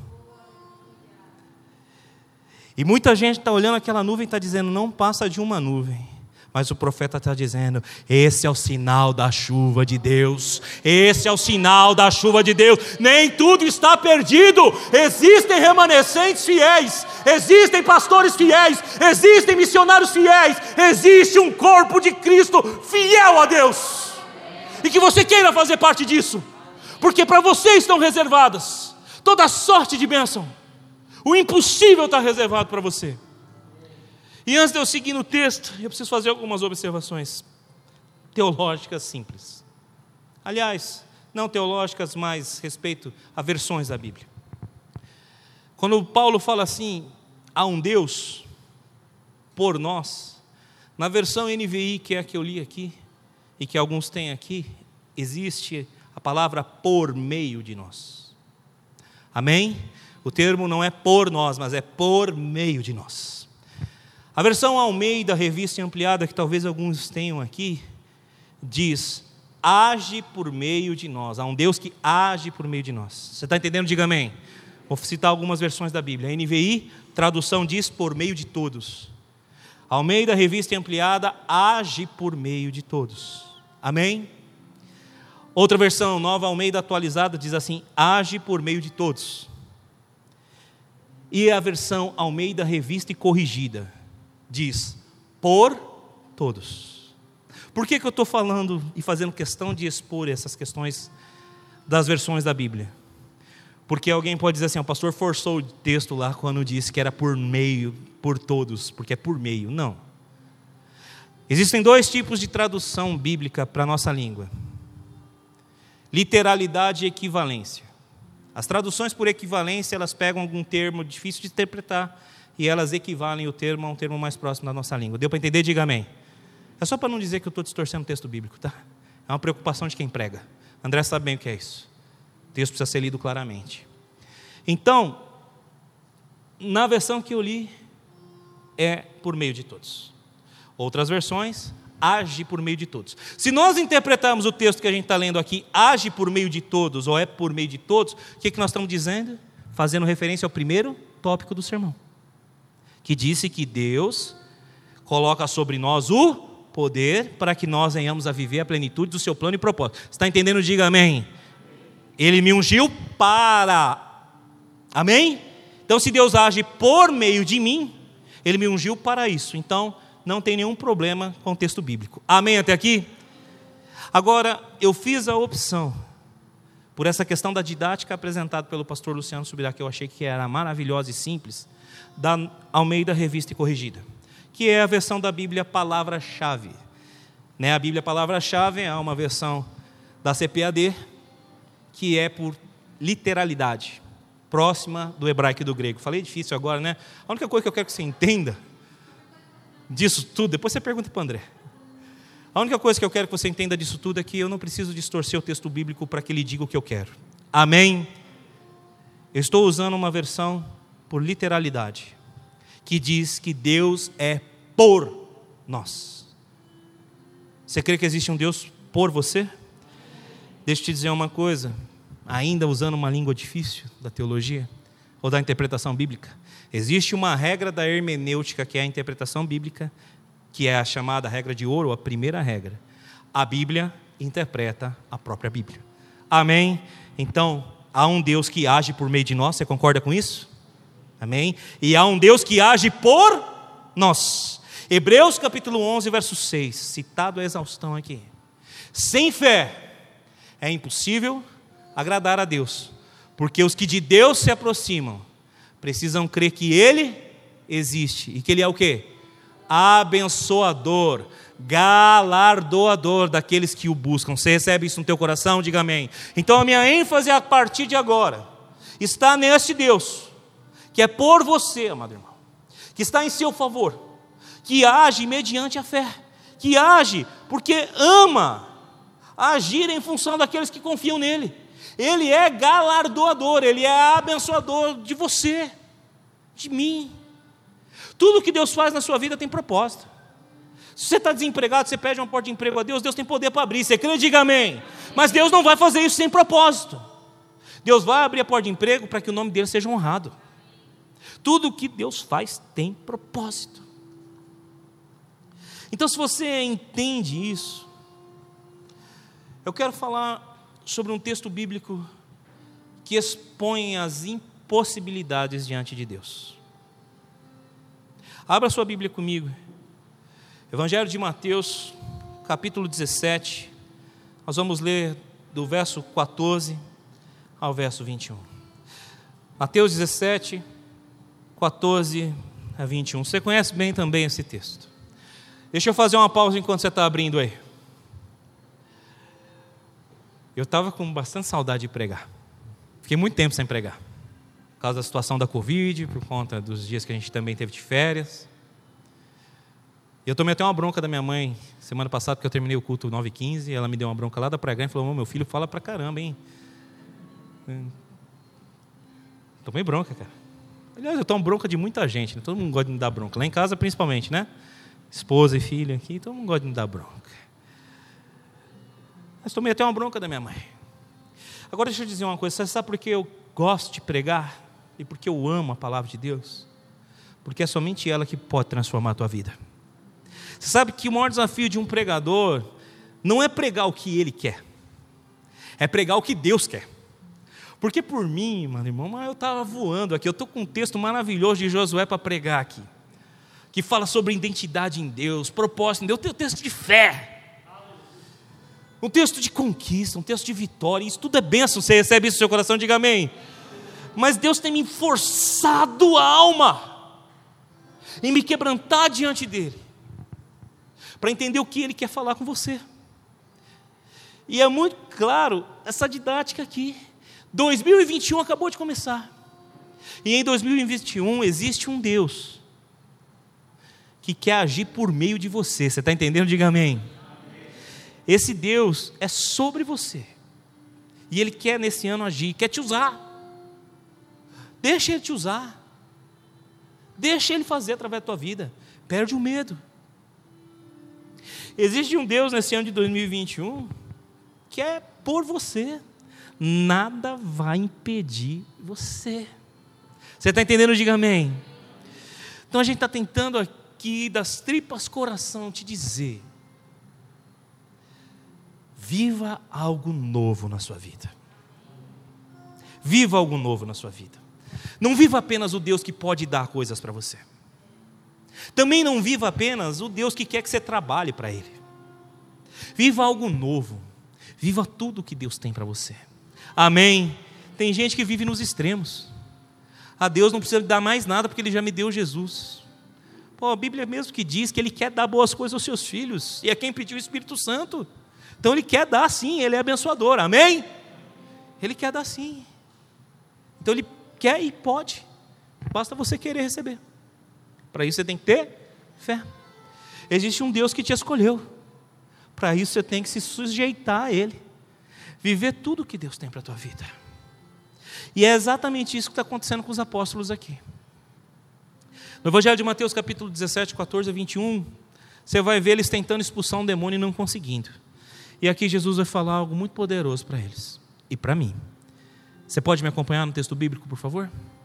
E muita gente está olhando aquela nuvem e está dizendo, não passa de uma nuvem. Mas o profeta está dizendo, esse é o sinal da chuva de Deus. Esse é o sinal da chuva de Deus. Nem tudo está perdido. Existem remanescentes fiéis. Existem pastores fiéis. Existem missionários fiéis. Existe um corpo de Cristo fiel a Deus. E que você queira fazer parte disso. Porque para você estão reservadas toda sorte de bênção. O impossível está reservado para você. E antes de eu seguir no texto, eu preciso fazer algumas observações teológicas simples. Aliás, não teológicas, mas respeito a versões da Bíblia. Quando Paulo fala assim, há um Deus por nós, na versão NVI, que é a que eu li aqui, e que alguns têm aqui, existe a palavra por meio de nós. Amém? O termo não é por nós, mas é por meio de nós. A versão Almeida, revista ampliada, que talvez alguns tenham aqui, diz, age por meio de nós. Há um Deus que age por meio de nós. Você está entendendo? Diga amém. Vou citar algumas versões da Bíblia. A NVI, tradução diz, por meio de todos. Almeida, revista ampliada, age por meio de todos. Amém? Outra versão, Nova Almeida atualizada, diz assim, age por meio de todos. E a versão Almeida Revista e Corrigida diz: por todos. Por que eu estou falando e fazendo questão de expor essas questões das versões da Bíblia? Porque alguém pode dizer assim: o pastor forçou o texto lá quando disse que era por meio, por todos, porque é por meio. Não. Existem dois tipos de tradução bíblica para a nossa língua: literalidade e equivalência. As traduções por equivalência, elas pegam algum termo difícil de interpretar e elas equivalem o termo a um termo mais próximo da nossa língua. Deu para entender? Diga amém. É só para não dizer que eu estou distorcendo o texto bíblico, tá? É uma preocupação de quem prega. André sabe bem o que é isso. O texto precisa ser lido claramente. Então, na versão que eu li, é por meio de todos. Outras versões, age por meio de todos. Se nós interpretarmos o texto que a gente está lendo aqui, age por meio de todos, ou é por meio de todos, o que nós estamos dizendo? Fazendo referência ao primeiro tópico do sermão, que disse que Deus coloca sobre nós o poder para que nós venhamos a viver a plenitude do seu plano e propósito. Você está entendendo? Diga amém. Ele me ungiu para... Amém? Então, se Deus age por meio de mim, Ele me ungiu para isso. Então, não tem nenhum problema com o texto bíblico. Amém até aqui? Agora, eu fiz a opção, por essa questão da didática apresentada pelo pastor Luciano Subirá, que eu achei que era maravilhosa e simples, da Almeida Revista e Corrigida, que é a versão da Bíblia Palavra-Chave. A Bíblia Palavra-Chave é uma versão da CPAD, que é por literalidade, próxima do hebraico e do grego. Falei difícil agora, né? A única coisa que eu quero que você entenda disso tudo, depois você pergunta para o André. A única coisa que eu quero que você entenda disso tudo é que eu não preciso distorcer o texto bíblico para que ele diga o que eu quero. Amém? Eu estou usando uma versão por literalidade, que diz que Deus é por nós. Você crê que existe um Deus por você? Deixa eu te dizer uma coisa, ainda usando uma língua difícil da teologia, ou da interpretação bíblica. Existe uma regra da hermenêutica, que é a interpretação bíblica, que é a chamada regra de ouro, a primeira regra. A Bíblia interpreta a própria Bíblia. Amém? Então, há um Deus que age por meio de nós, você concorda com isso? Amém? E há um Deus que age por nós. Hebreus capítulo 11, verso 6, citado a exaustão aqui. Sem fé é impossível agradar a Deus, porque os que de Deus se aproximam precisam crer que Ele existe e que Ele é o quê? Abençoador, galardoador daqueles que o buscam. Você recebe isso no teu coração? Diga amém. Então a minha ênfase a partir de agora está nesse Deus que é por você, amado irmão, que está em seu favor, que age mediante a fé, que age porque ama agir em função daqueles que confiam nele. Ele é galardoador, Ele é abençoador de você, de mim. Tudo que Deus faz na sua vida tem propósito. Se você está desempregado, você pede uma porta de emprego a Deus, Deus tem poder para abrir. Você crê? Diga amém. Mas Deus não vai fazer isso sem propósito. Deus vai abrir a porta de emprego para que o nome dele seja honrado. Tudo que Deus faz tem propósito. Então, se você entende isso, eu quero falar sobre um texto bíblico que expõe as impossibilidades diante de Deus. Abra sua Bíblia comigo. Evangelho de Mateus, capítulo 17. Nós vamos ler do verso 14 ao verso 21. Mateus 17, 14 a 21. Você conhece bem também esse texto. Deixa eu fazer uma pausa enquanto você está abrindo aí. Eu estava com bastante saudade de pregar. Fiquei muito tempo sem pregar. Por causa da situação da Covid, por conta dos dias que a gente também teve de férias. Eu tomei até uma bronca da minha mãe semana passada, porque eu terminei o culto 9h15, ela me deu uma bronca lá da Praia Grande e falou: meu filho fala pra caramba, hein? Tomei bronca, cara. Aliás, eu tomo bronca de muita gente, né? Todo mundo gosta de me dar bronca. Lá em casa, principalmente, né? Esposa e filha aqui, todo mundo gosta de me dar bronca. Mas tomei até uma bronca da minha mãe. Agora deixa eu dizer uma coisa, você sabe por que eu gosto de pregar? E porque eu amo a palavra de Deus? Porque é somente ela que pode transformar a tua vida. Você sabe que o maior desafio de um pregador não é pregar o que ele quer, é pregar o que Deus quer. Porque por mim, mano, irmão, mas eu estava voando aqui. Eu estou com um texto maravilhoso de Josué para pregar aqui, que fala sobre identidade em Deus, propósito em Deus. Tem um texto de fé, um texto de conquista, um texto de vitória. Isso tudo é bênção. Você recebe isso no seu coração? Diga amém. Mas Deus tem me forçado a alma em me quebrantar diante dEle, para entender o que Ele quer falar com você. E é muito claro essa didática aqui. 2021 acabou de começar, e em 2021 existe um Deus que quer agir por meio de você. Você está entendendo? Diga amém. Esse Deus é sobre você, e Ele quer nesse ano agir, quer te usar. Deixa Ele te usar, deixa Ele fazer através da tua vida. Perde o medo. Existe um Deus nesse ano de 2021 que é por você. Nada vai impedir você. Você está entendendo? Diga amém. Então a gente está tentando aqui, das tripas coração, te dizer: viva algo novo na sua vida. Viva algo novo na sua vida. Não viva apenas o Deus que pode dar coisas para você. Também não viva apenas o Deus que quer que você trabalhe para Ele. Viva algo novo. Viva tudo que Deus tem para você. Amém. Tem gente que vive nos extremos. A Deus não precisa me dar mais nada, porque Ele já me deu Jesus. A Bíblia mesmo que diz que Ele quer dar boas coisas aos seus filhos, e é quem pediu o Espírito Santo. Então Ele quer dar sim, Ele é abençoador. Amém? Ele quer dar sim. Então Ele quer e pode. Basta você querer receber. Para isso você tem que ter fé. Existe um Deus que te escolheu. Para isso você tem que se sujeitar a Ele. Viver tudo o que Deus tem para a tua vida. E é exatamente isso que está acontecendo com os apóstolos aqui. No Evangelho de Mateus, capítulo 17, 14 a 21, você vai ver eles tentando expulsar um demônio e não conseguindo. E aqui Jesus vai falar algo muito poderoso para eles e para mim. Você pode me acompanhar no texto bíblico, por favor?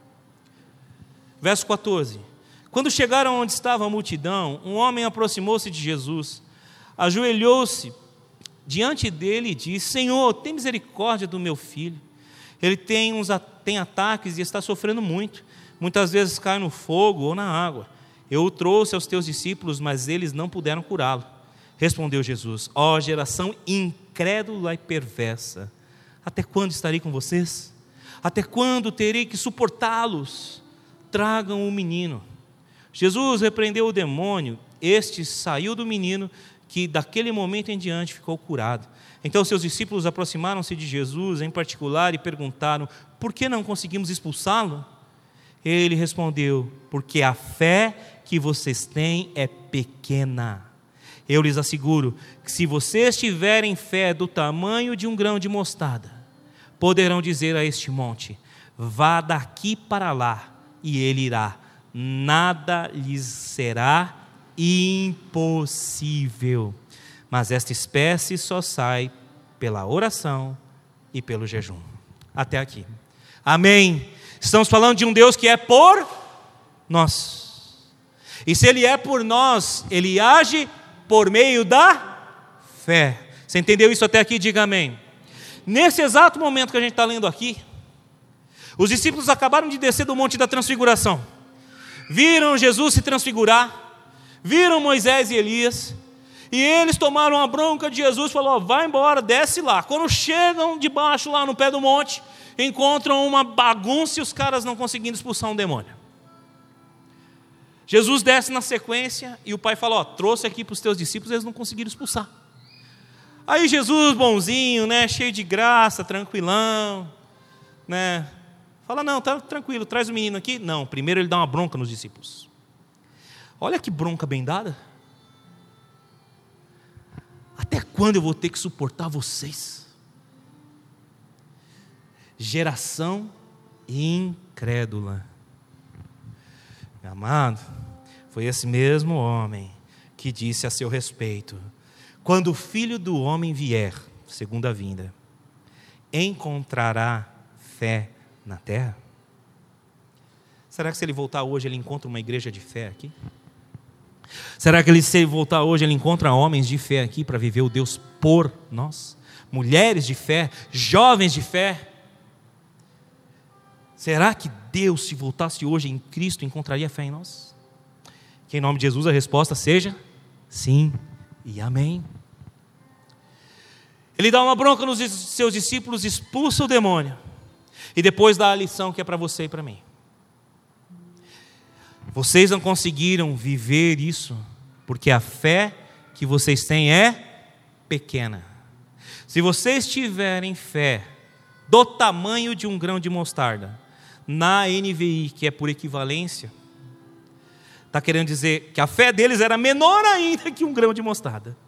Verso 14. Quando chegaram onde estava a multidão, um homem aproximou-se de Jesus, ajoelhou-se diante dele e disse: Senhor, tem misericórdia do meu filho. Ele tem ataques e está sofrendo muito. Muitas vezes cai no fogo ou na água. Eu o trouxe aos teus discípulos, mas eles não puderam curá-lo. Respondeu Jesus: ó geração incrédula e perversa, até quando estarei com vocês? Até quando terei que suportá-los? Tragam o menino. Jesus repreendeu o demônio. Este saiu do menino, que daquele momento em diante ficou curado. Então seus discípulos aproximaram-se de Jesus em particular e perguntaram: por que não conseguimos expulsá-lo? Ele respondeu: porque a fé que vocês têm é pequena. Eu lhes asseguro que se vocês tiverem fé do tamanho de um grão de mostarda, poderão dizer a este monte: vá daqui para lá, e ele irá. Nada lhes será impossível. Mas esta espécie só sai pela oração e pelo jejum. Até aqui. Amém. Estamos falando de um Deus que é por nós. E se Ele é por nós, Ele age por meio da fé. Você entendeu isso até aqui? Diga amém. Nesse exato momento que a gente está lendo aqui, os discípulos acabaram de descer do Monte da Transfiguração. Viram Jesus se transfigurar. Viram Moisés e Elias, e eles tomaram a bronca de Jesus, falou: vai embora, desce lá. Quando chegam debaixo lá no pé do monte, encontram uma bagunça e os caras não conseguindo expulsar um demônio. Jesus desce na sequência e o pai fala: trouxe aqui para os teus discípulos, eles não conseguiram expulsar. Aí Jesus, bonzinho, né, cheio de graça, tranquilão, né, fala: não, tá tranquilo, traz o menino aqui. Não, primeiro ele dá uma bronca nos discípulos. Olha que bronca bem dada. Até quando eu vou ter que suportar vocês? Geração incrédula. Meu amado, foi esse mesmo homem que disse a seu respeito: quando o Filho do Homem vier, segunda vinda, encontrará fé na terra? Será que se ele voltar hoje, ele encontra uma igreja de fé aqui? Será que se ele voltar hoje, ele encontra homens de fé aqui para viver o Deus por nós? Mulheres de fé, jovens de fé. Será que Deus, se voltasse hoje em Cristo, encontraria fé em nós? Que em nome de Jesus a resposta seja sim e amém. Ele dá uma bronca nos seus discípulos, expulsa o demônio e depois dá a lição que é para você e para mim. Vocês não conseguiram viver isso porque a fé que vocês têm é pequena. Se vocês tiverem fé do tamanho de um grão de mostarda, na NVI, que é por equivalência, está querendo dizer que a fé deles era menor ainda que um grão de mostarda.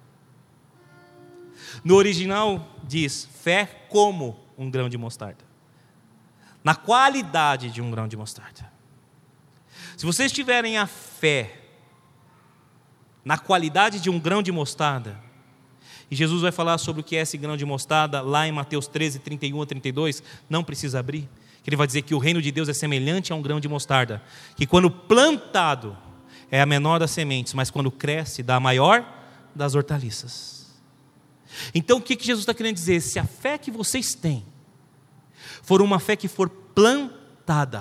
No original diz fé como um grão de mostarda, na qualidade de um grão de mostarda. Se vocês tiverem a fé na qualidade de um grão de mostarda, e Jesus vai falar sobre o que é esse grão de mostarda lá em Mateus 13, 31 a 32, não precisa abrir, que ele vai dizer que o reino de Deus é semelhante a um grão de mostarda, que quando plantado é a menor das sementes, mas quando cresce dá a maior das hortaliças. Então o que Jesus está querendo dizer? Se a fé que vocês têm for uma fé que for plantada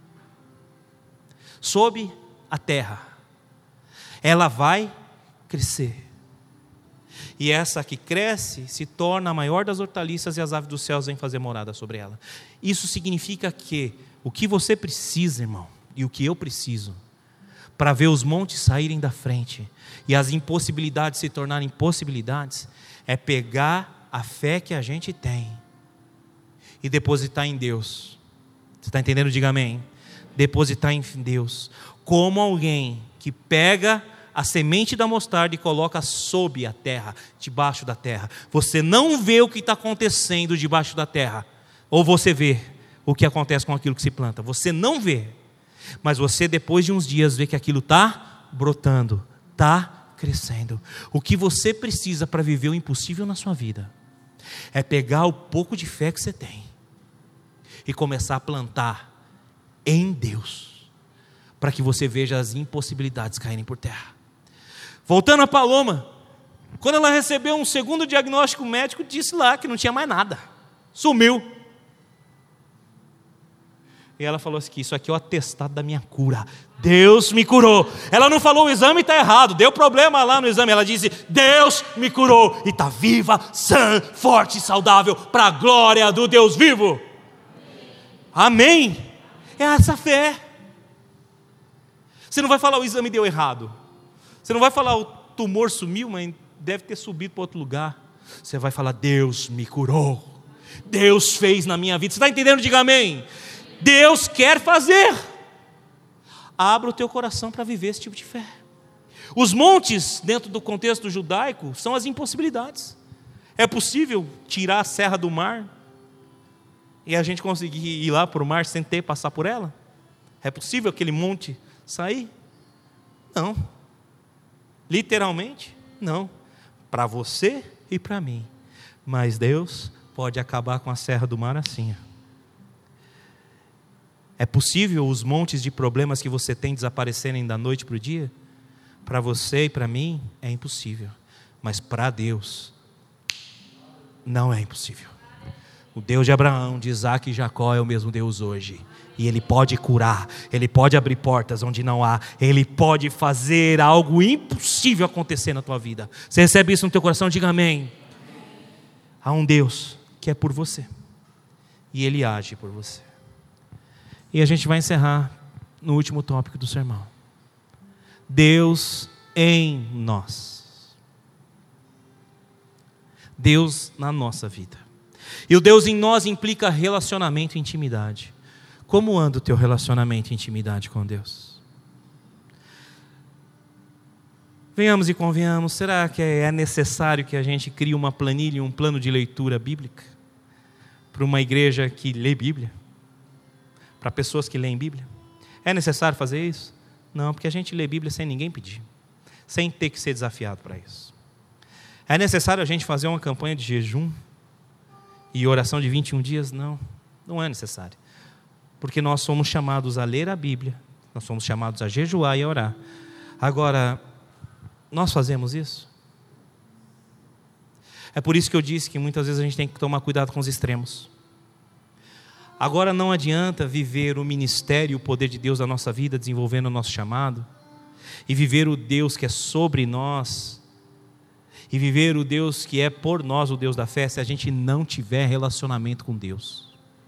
sob a terra, ela vai crescer. E essa que cresce se torna a maior das hortaliças e as aves dos céus vêm fazer morada sobre ela. Isso significa que o que você precisa, irmão, e o que eu preciso, para ver os montes saírem da frente e as impossibilidades se tornarem possibilidades, é pegar a fé que a gente tem e depositar em Deus. Você está entendendo? Diga amém. Depositar em Deus, como alguém que pega a semente da mostarda e coloca sob a terra, debaixo da terra. Você não vê o que está acontecendo debaixo da terra, ou você vê o que acontece com aquilo que se planta. Você não vê, mas você depois de uns dias vê que aquilo está brotando, está crescendo. O que você precisa para viver o impossível na sua vida é pegar o pouco de fé que você tem e começar a plantar em Deus, para que você veja as impossibilidades caírem por terra. Voltando a Paloma, quando ela recebeu um segundo diagnóstico médico, disse lá que não tinha mais nada, sumiu. E ela falou assim, que isso aqui é o atestado da minha cura, Deus me curou. Ela não falou o exame está errado, deu problema lá no exame, ela disse, Deus me curou, e está viva, sã, forte e saudável, para a glória do Deus vivo. Amém? É essa fé. Você não vai falar o exame deu errado, você não vai falar o tumor sumiu, mas deve ter subido para outro lugar. Você vai falar, Deus me curou, Deus fez na minha vida. Você está entendendo? Diga amém. Deus quer fazer. Abra o teu coração para viver esse tipo de fé. Os montes, dentro do contexto judaico, são as impossibilidades. É possível tirar a serra do mar e a gente conseguir ir lá para o mar sem ter que passar por ela? É possível aquele monte sair? Não. Literalmente, não. Para você e para mim. Mas Deus pode acabar com a serra do mar assim. É possível os montes de problemas que você tem desaparecerem da noite para o dia? Para você e para mim é impossível. Mas para Deus não é impossível. O Deus de Abraão, de Isaac e Jacó é o mesmo Deus hoje. E Ele pode curar, Ele pode abrir portas onde não há, Ele pode fazer algo impossível acontecer na tua vida. Você recebe isso no teu coração? Diga amém. Há um Deus que é por você e Ele age por você. E a gente vai encerrar no último tópico do sermão. Deus em nós. Deus na nossa vida. E o Deus em nós implica relacionamento e intimidade. Como anda o teu relacionamento e intimidade com Deus? Venhamos e convenhamos, será que é necessário que a gente crie uma planilha, um plano de leitura bíblica? Para uma igreja que lê Bíblia? Para pessoas que leem Bíblia? É necessário fazer isso? Não, porque a gente lê Bíblia sem ninguém pedir, sem ter que ser desafiado para isso. É necessário a gente fazer uma campanha de jejum e oração de 21 dias? Não, não é necessário. Porque nós somos chamados a ler a Bíblia, nós somos chamados a jejuar e a orar. Agora, nós fazemos isso? É por isso que eu disse que muitas vezes a gente tem que tomar cuidado com os extremos. Agora não adianta viver o ministério e o poder de Deus na nossa vida, desenvolvendo o nosso chamado, e viver o Deus que é sobre nós, e viver o Deus que é por nós, o Deus da fé, se a gente não tiver relacionamento com Deus.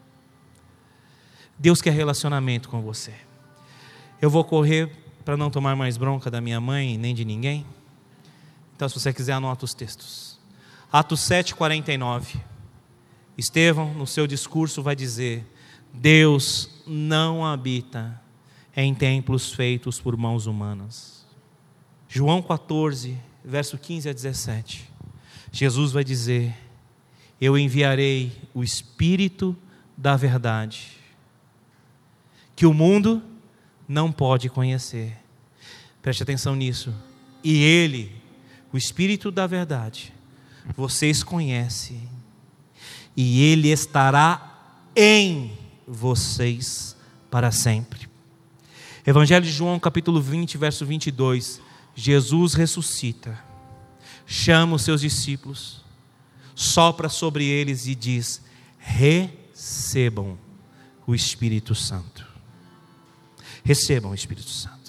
Deus quer relacionamento com você. Eu vou correr para não tomar mais bronca da minha mãe, nem de ninguém. Então, se você quiser, anota os textos. Atos 7:49. Estevão, no seu discurso, vai dizer: Deus não habita em templos feitos por mãos humanas. João 14, verso 15 a 17. Jesus vai dizer: eu enviarei o Espírito da verdade, que o mundo não pode conhecer. Preste atenção nisso. E Ele, o Espírito da verdade, vocês conhecem, e Ele estará em vocês para sempre. Evangelho de João, capítulo 20, verso 22. Jesus ressuscita, chama os seus discípulos, sopra sobre eles e diz: recebam o Espírito Santo. Recebam o Espírito Santo.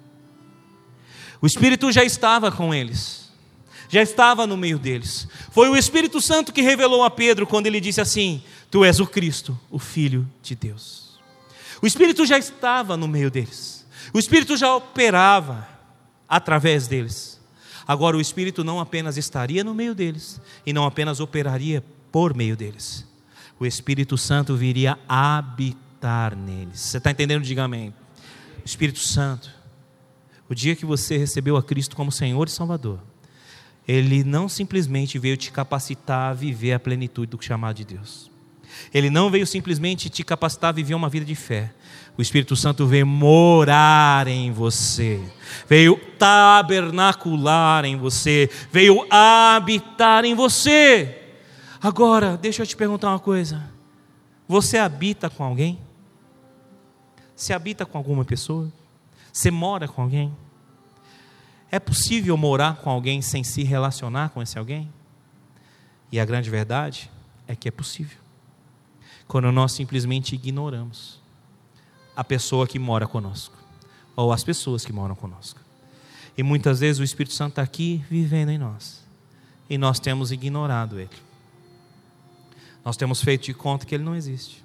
O Espírito já estava com eles, já estava no meio deles. Foi o Espírito Santo que revelou a Pedro quando ele disse assim: tu és o Cristo, o Filho de Deus. O Espírito já estava no meio deles, o Espírito já operava através deles. Agora o Espírito não apenas estaria no meio deles, e não apenas operaria por meio deles, o Espírito Santo viria habitar neles. Você está entendendo? Diga amém. O Espírito Santo, o dia que você recebeu a Cristo como Senhor e Salvador, Ele não simplesmente veio te capacitar a viver a plenitude do chamado de Deus. Ele não veio simplesmente te capacitar a viver uma vida de fé. O Espírito Santo veio morar em você, veio tabernacular em você, veio habitar em você. Agora, deixa eu te perguntar uma coisa: você habita com alguém? Você habita com alguma pessoa? Você mora com alguém? É possível morar com alguém sem se relacionar com esse alguém? E a grande verdade é que é possível, quando nós simplesmente ignoramos a pessoa que mora conosco, ou as pessoas que moram conosco. E muitas vezes o Espírito Santo está aqui vivendo em nós, e nós temos ignorado Ele. Nós temos feito de conta que Ele não existe,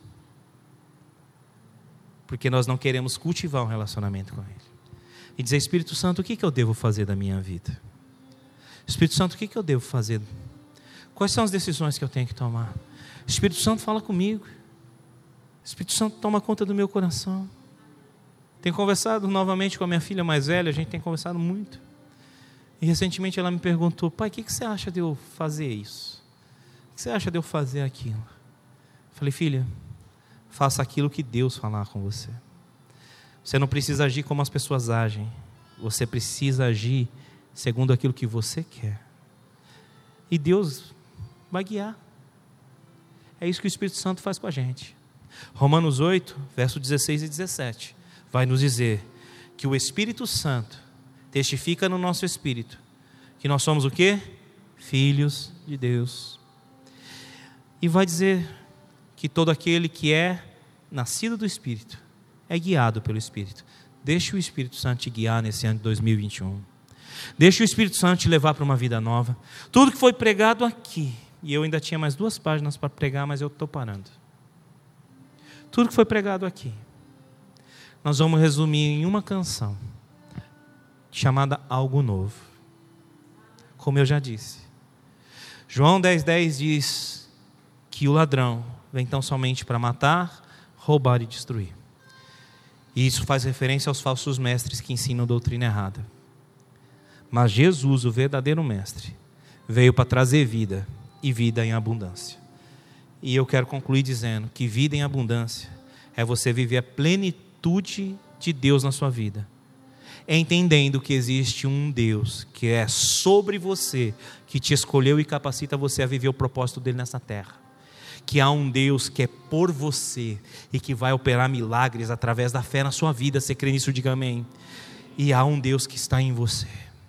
porque nós não queremos cultivar um relacionamento com Ele. E dizer: Espírito Santo, o que eu devo fazer da minha vida? Espírito Santo, o que eu devo fazer? Quais são as decisões que eu tenho que tomar? Espírito Santo, fala comigo. Espírito Santo, toma conta do meu coração. Tenho conversado novamente com a minha filha mais velha, a gente tem conversado muito. E recentemente ela me perguntou: pai, o que você acha de eu fazer isso? O que você acha de eu fazer aquilo? Eu falei: filha, faça aquilo que Deus falar com você. Você não precisa agir como as pessoas agem, você precisa agir segundo aquilo que você quer, e Deus vai guiar. É isso que o Espírito Santo faz com a gente. Romanos 8, verso 16 e 17 vai nos dizer que o Espírito Santo testifica no nosso espírito que nós somos o quê? Filhos de Deus. E vai dizer que todo aquele que é nascido do Espírito é guiado pelo Espírito. Deixe o Espírito Santo te guiar nesse ano de 2021. Deixe o Espírito Santo te levar para uma vida nova. Tudo que foi pregado aqui, e eu ainda tinha mais 2 páginas para pregar, mas eu estou parando. Tudo que foi pregado aqui, nós vamos resumir em uma canção, chamada Algo Novo. Como eu já disse, João 10:10 diz que o ladrão vem tão somente para matar, roubar e destruir. E isso faz referência aos falsos mestres que ensinam doutrina errada. Mas Jesus, o verdadeiro mestre, veio para trazer vida, e vida em abundância. E eu quero concluir dizendo que vida em abundância é você viver a plenitude de Deus na sua vida, entendendo que existe um Deus que é sobre você, que te escolheu e capacita você a viver o propósito dele nessa terra. Que há um Deus que é por você e que vai operar milagres através da fé na sua vida. Você crê nisso? Diga amém. E há um Deus que está em você,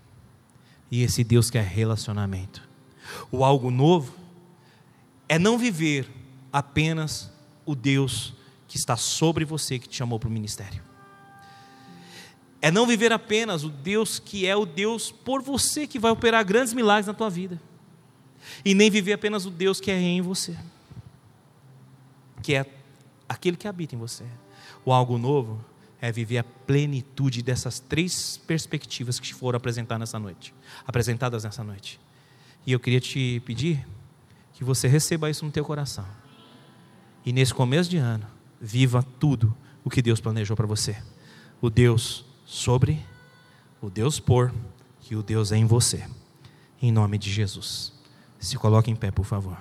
e esse Deus quer relacionamento. O algo novo é não viver apenas o Deus que está sobre você, que te chamou para o ministério. É não viver apenas o Deus que é o Deus por você, que vai operar grandes milagres na tua vida. E nem viver apenas o Deus que é em você, que é aquele que habita em você. O algo novo é viver a plenitude dessas 3 perspectivas que foram apresentadas nessa noite. E eu queria te pedir que você receba isso no teu coração. E nesse começo de ano, viva tudo o que Deus planejou para você. O Deus sobre, o Deus por, e o Deus é em você. Em nome de Jesus. Se coloque em pé, por favor.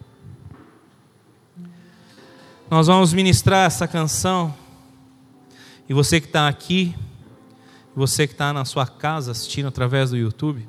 Nós vamos ministrar essa canção. E você que está aqui, você que está na sua casa assistindo através do YouTube,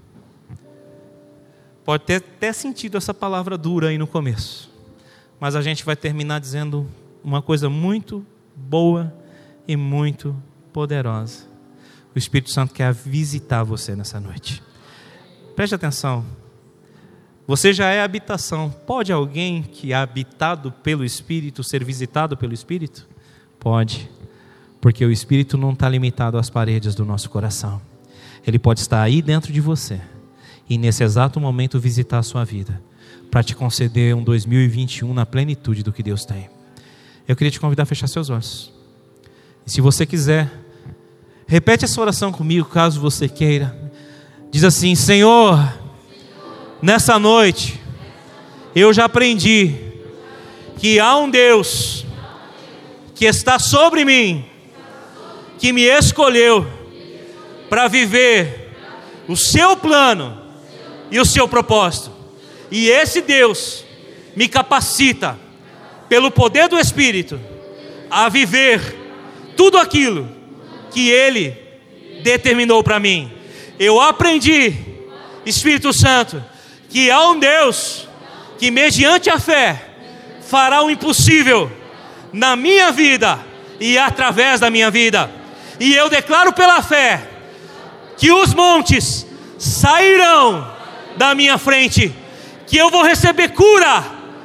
pode ter até sentido essa palavra dura aí no começo, mas a gente vai terminar dizendo uma coisa muito boa e muito poderosa. O Espírito Santo quer visitar você nessa noite. Preste atenção. Você já é habitação. Pode alguém que é habitado pelo Espírito ser visitado pelo Espírito? Pode. Porque o Espírito não está limitado às paredes do nosso coração. Ele pode estar aí dentro de você e nesse exato momento visitar a sua vida, para te conceder um 2021 na plenitude do que Deus tem. Eu queria te convidar a fechar seus olhos. E se você quiser, repete essa oração comigo, caso você queira. Diz assim: Senhor, nessa noite eu já aprendi que há um Deus que está sobre mim, que me escolheu para viver o seu plano e o seu propósito. E esse Deus me capacita, pelo poder do Espírito, a viver tudo aquilo que Ele determinou para mim. Eu aprendi, Espírito Santo, que há um Deus que, mediante a fé, fará o impossível na minha vida e através da minha vida. E eu declaro pela fé que os montes sairão da minha frente, que eu vou receber cura,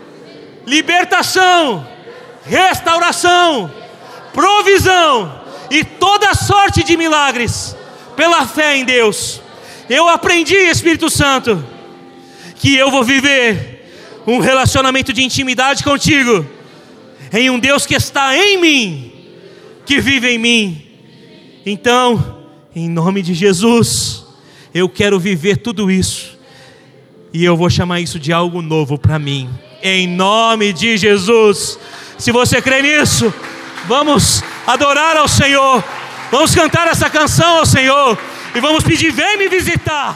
libertação, restauração, provisão e toda sorte de milagres pela fé em Deus. Eu aprendi, Espírito Santo, que eu vou viver um relacionamento de intimidade contigo, em um Deus que está em mim, que vive em mim. Então, em nome de Jesus, eu quero viver tudo isso, e eu vou chamar isso de algo novo para mim, em nome de Jesus. Se você crê nisso, vamos adorar ao Senhor, vamos cantar essa canção ao Senhor, e vamos pedir: vem me visitar.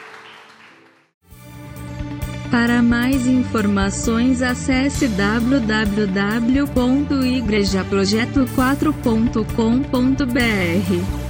Para mais informações, acesse www.igrejaprojeto4.com.br.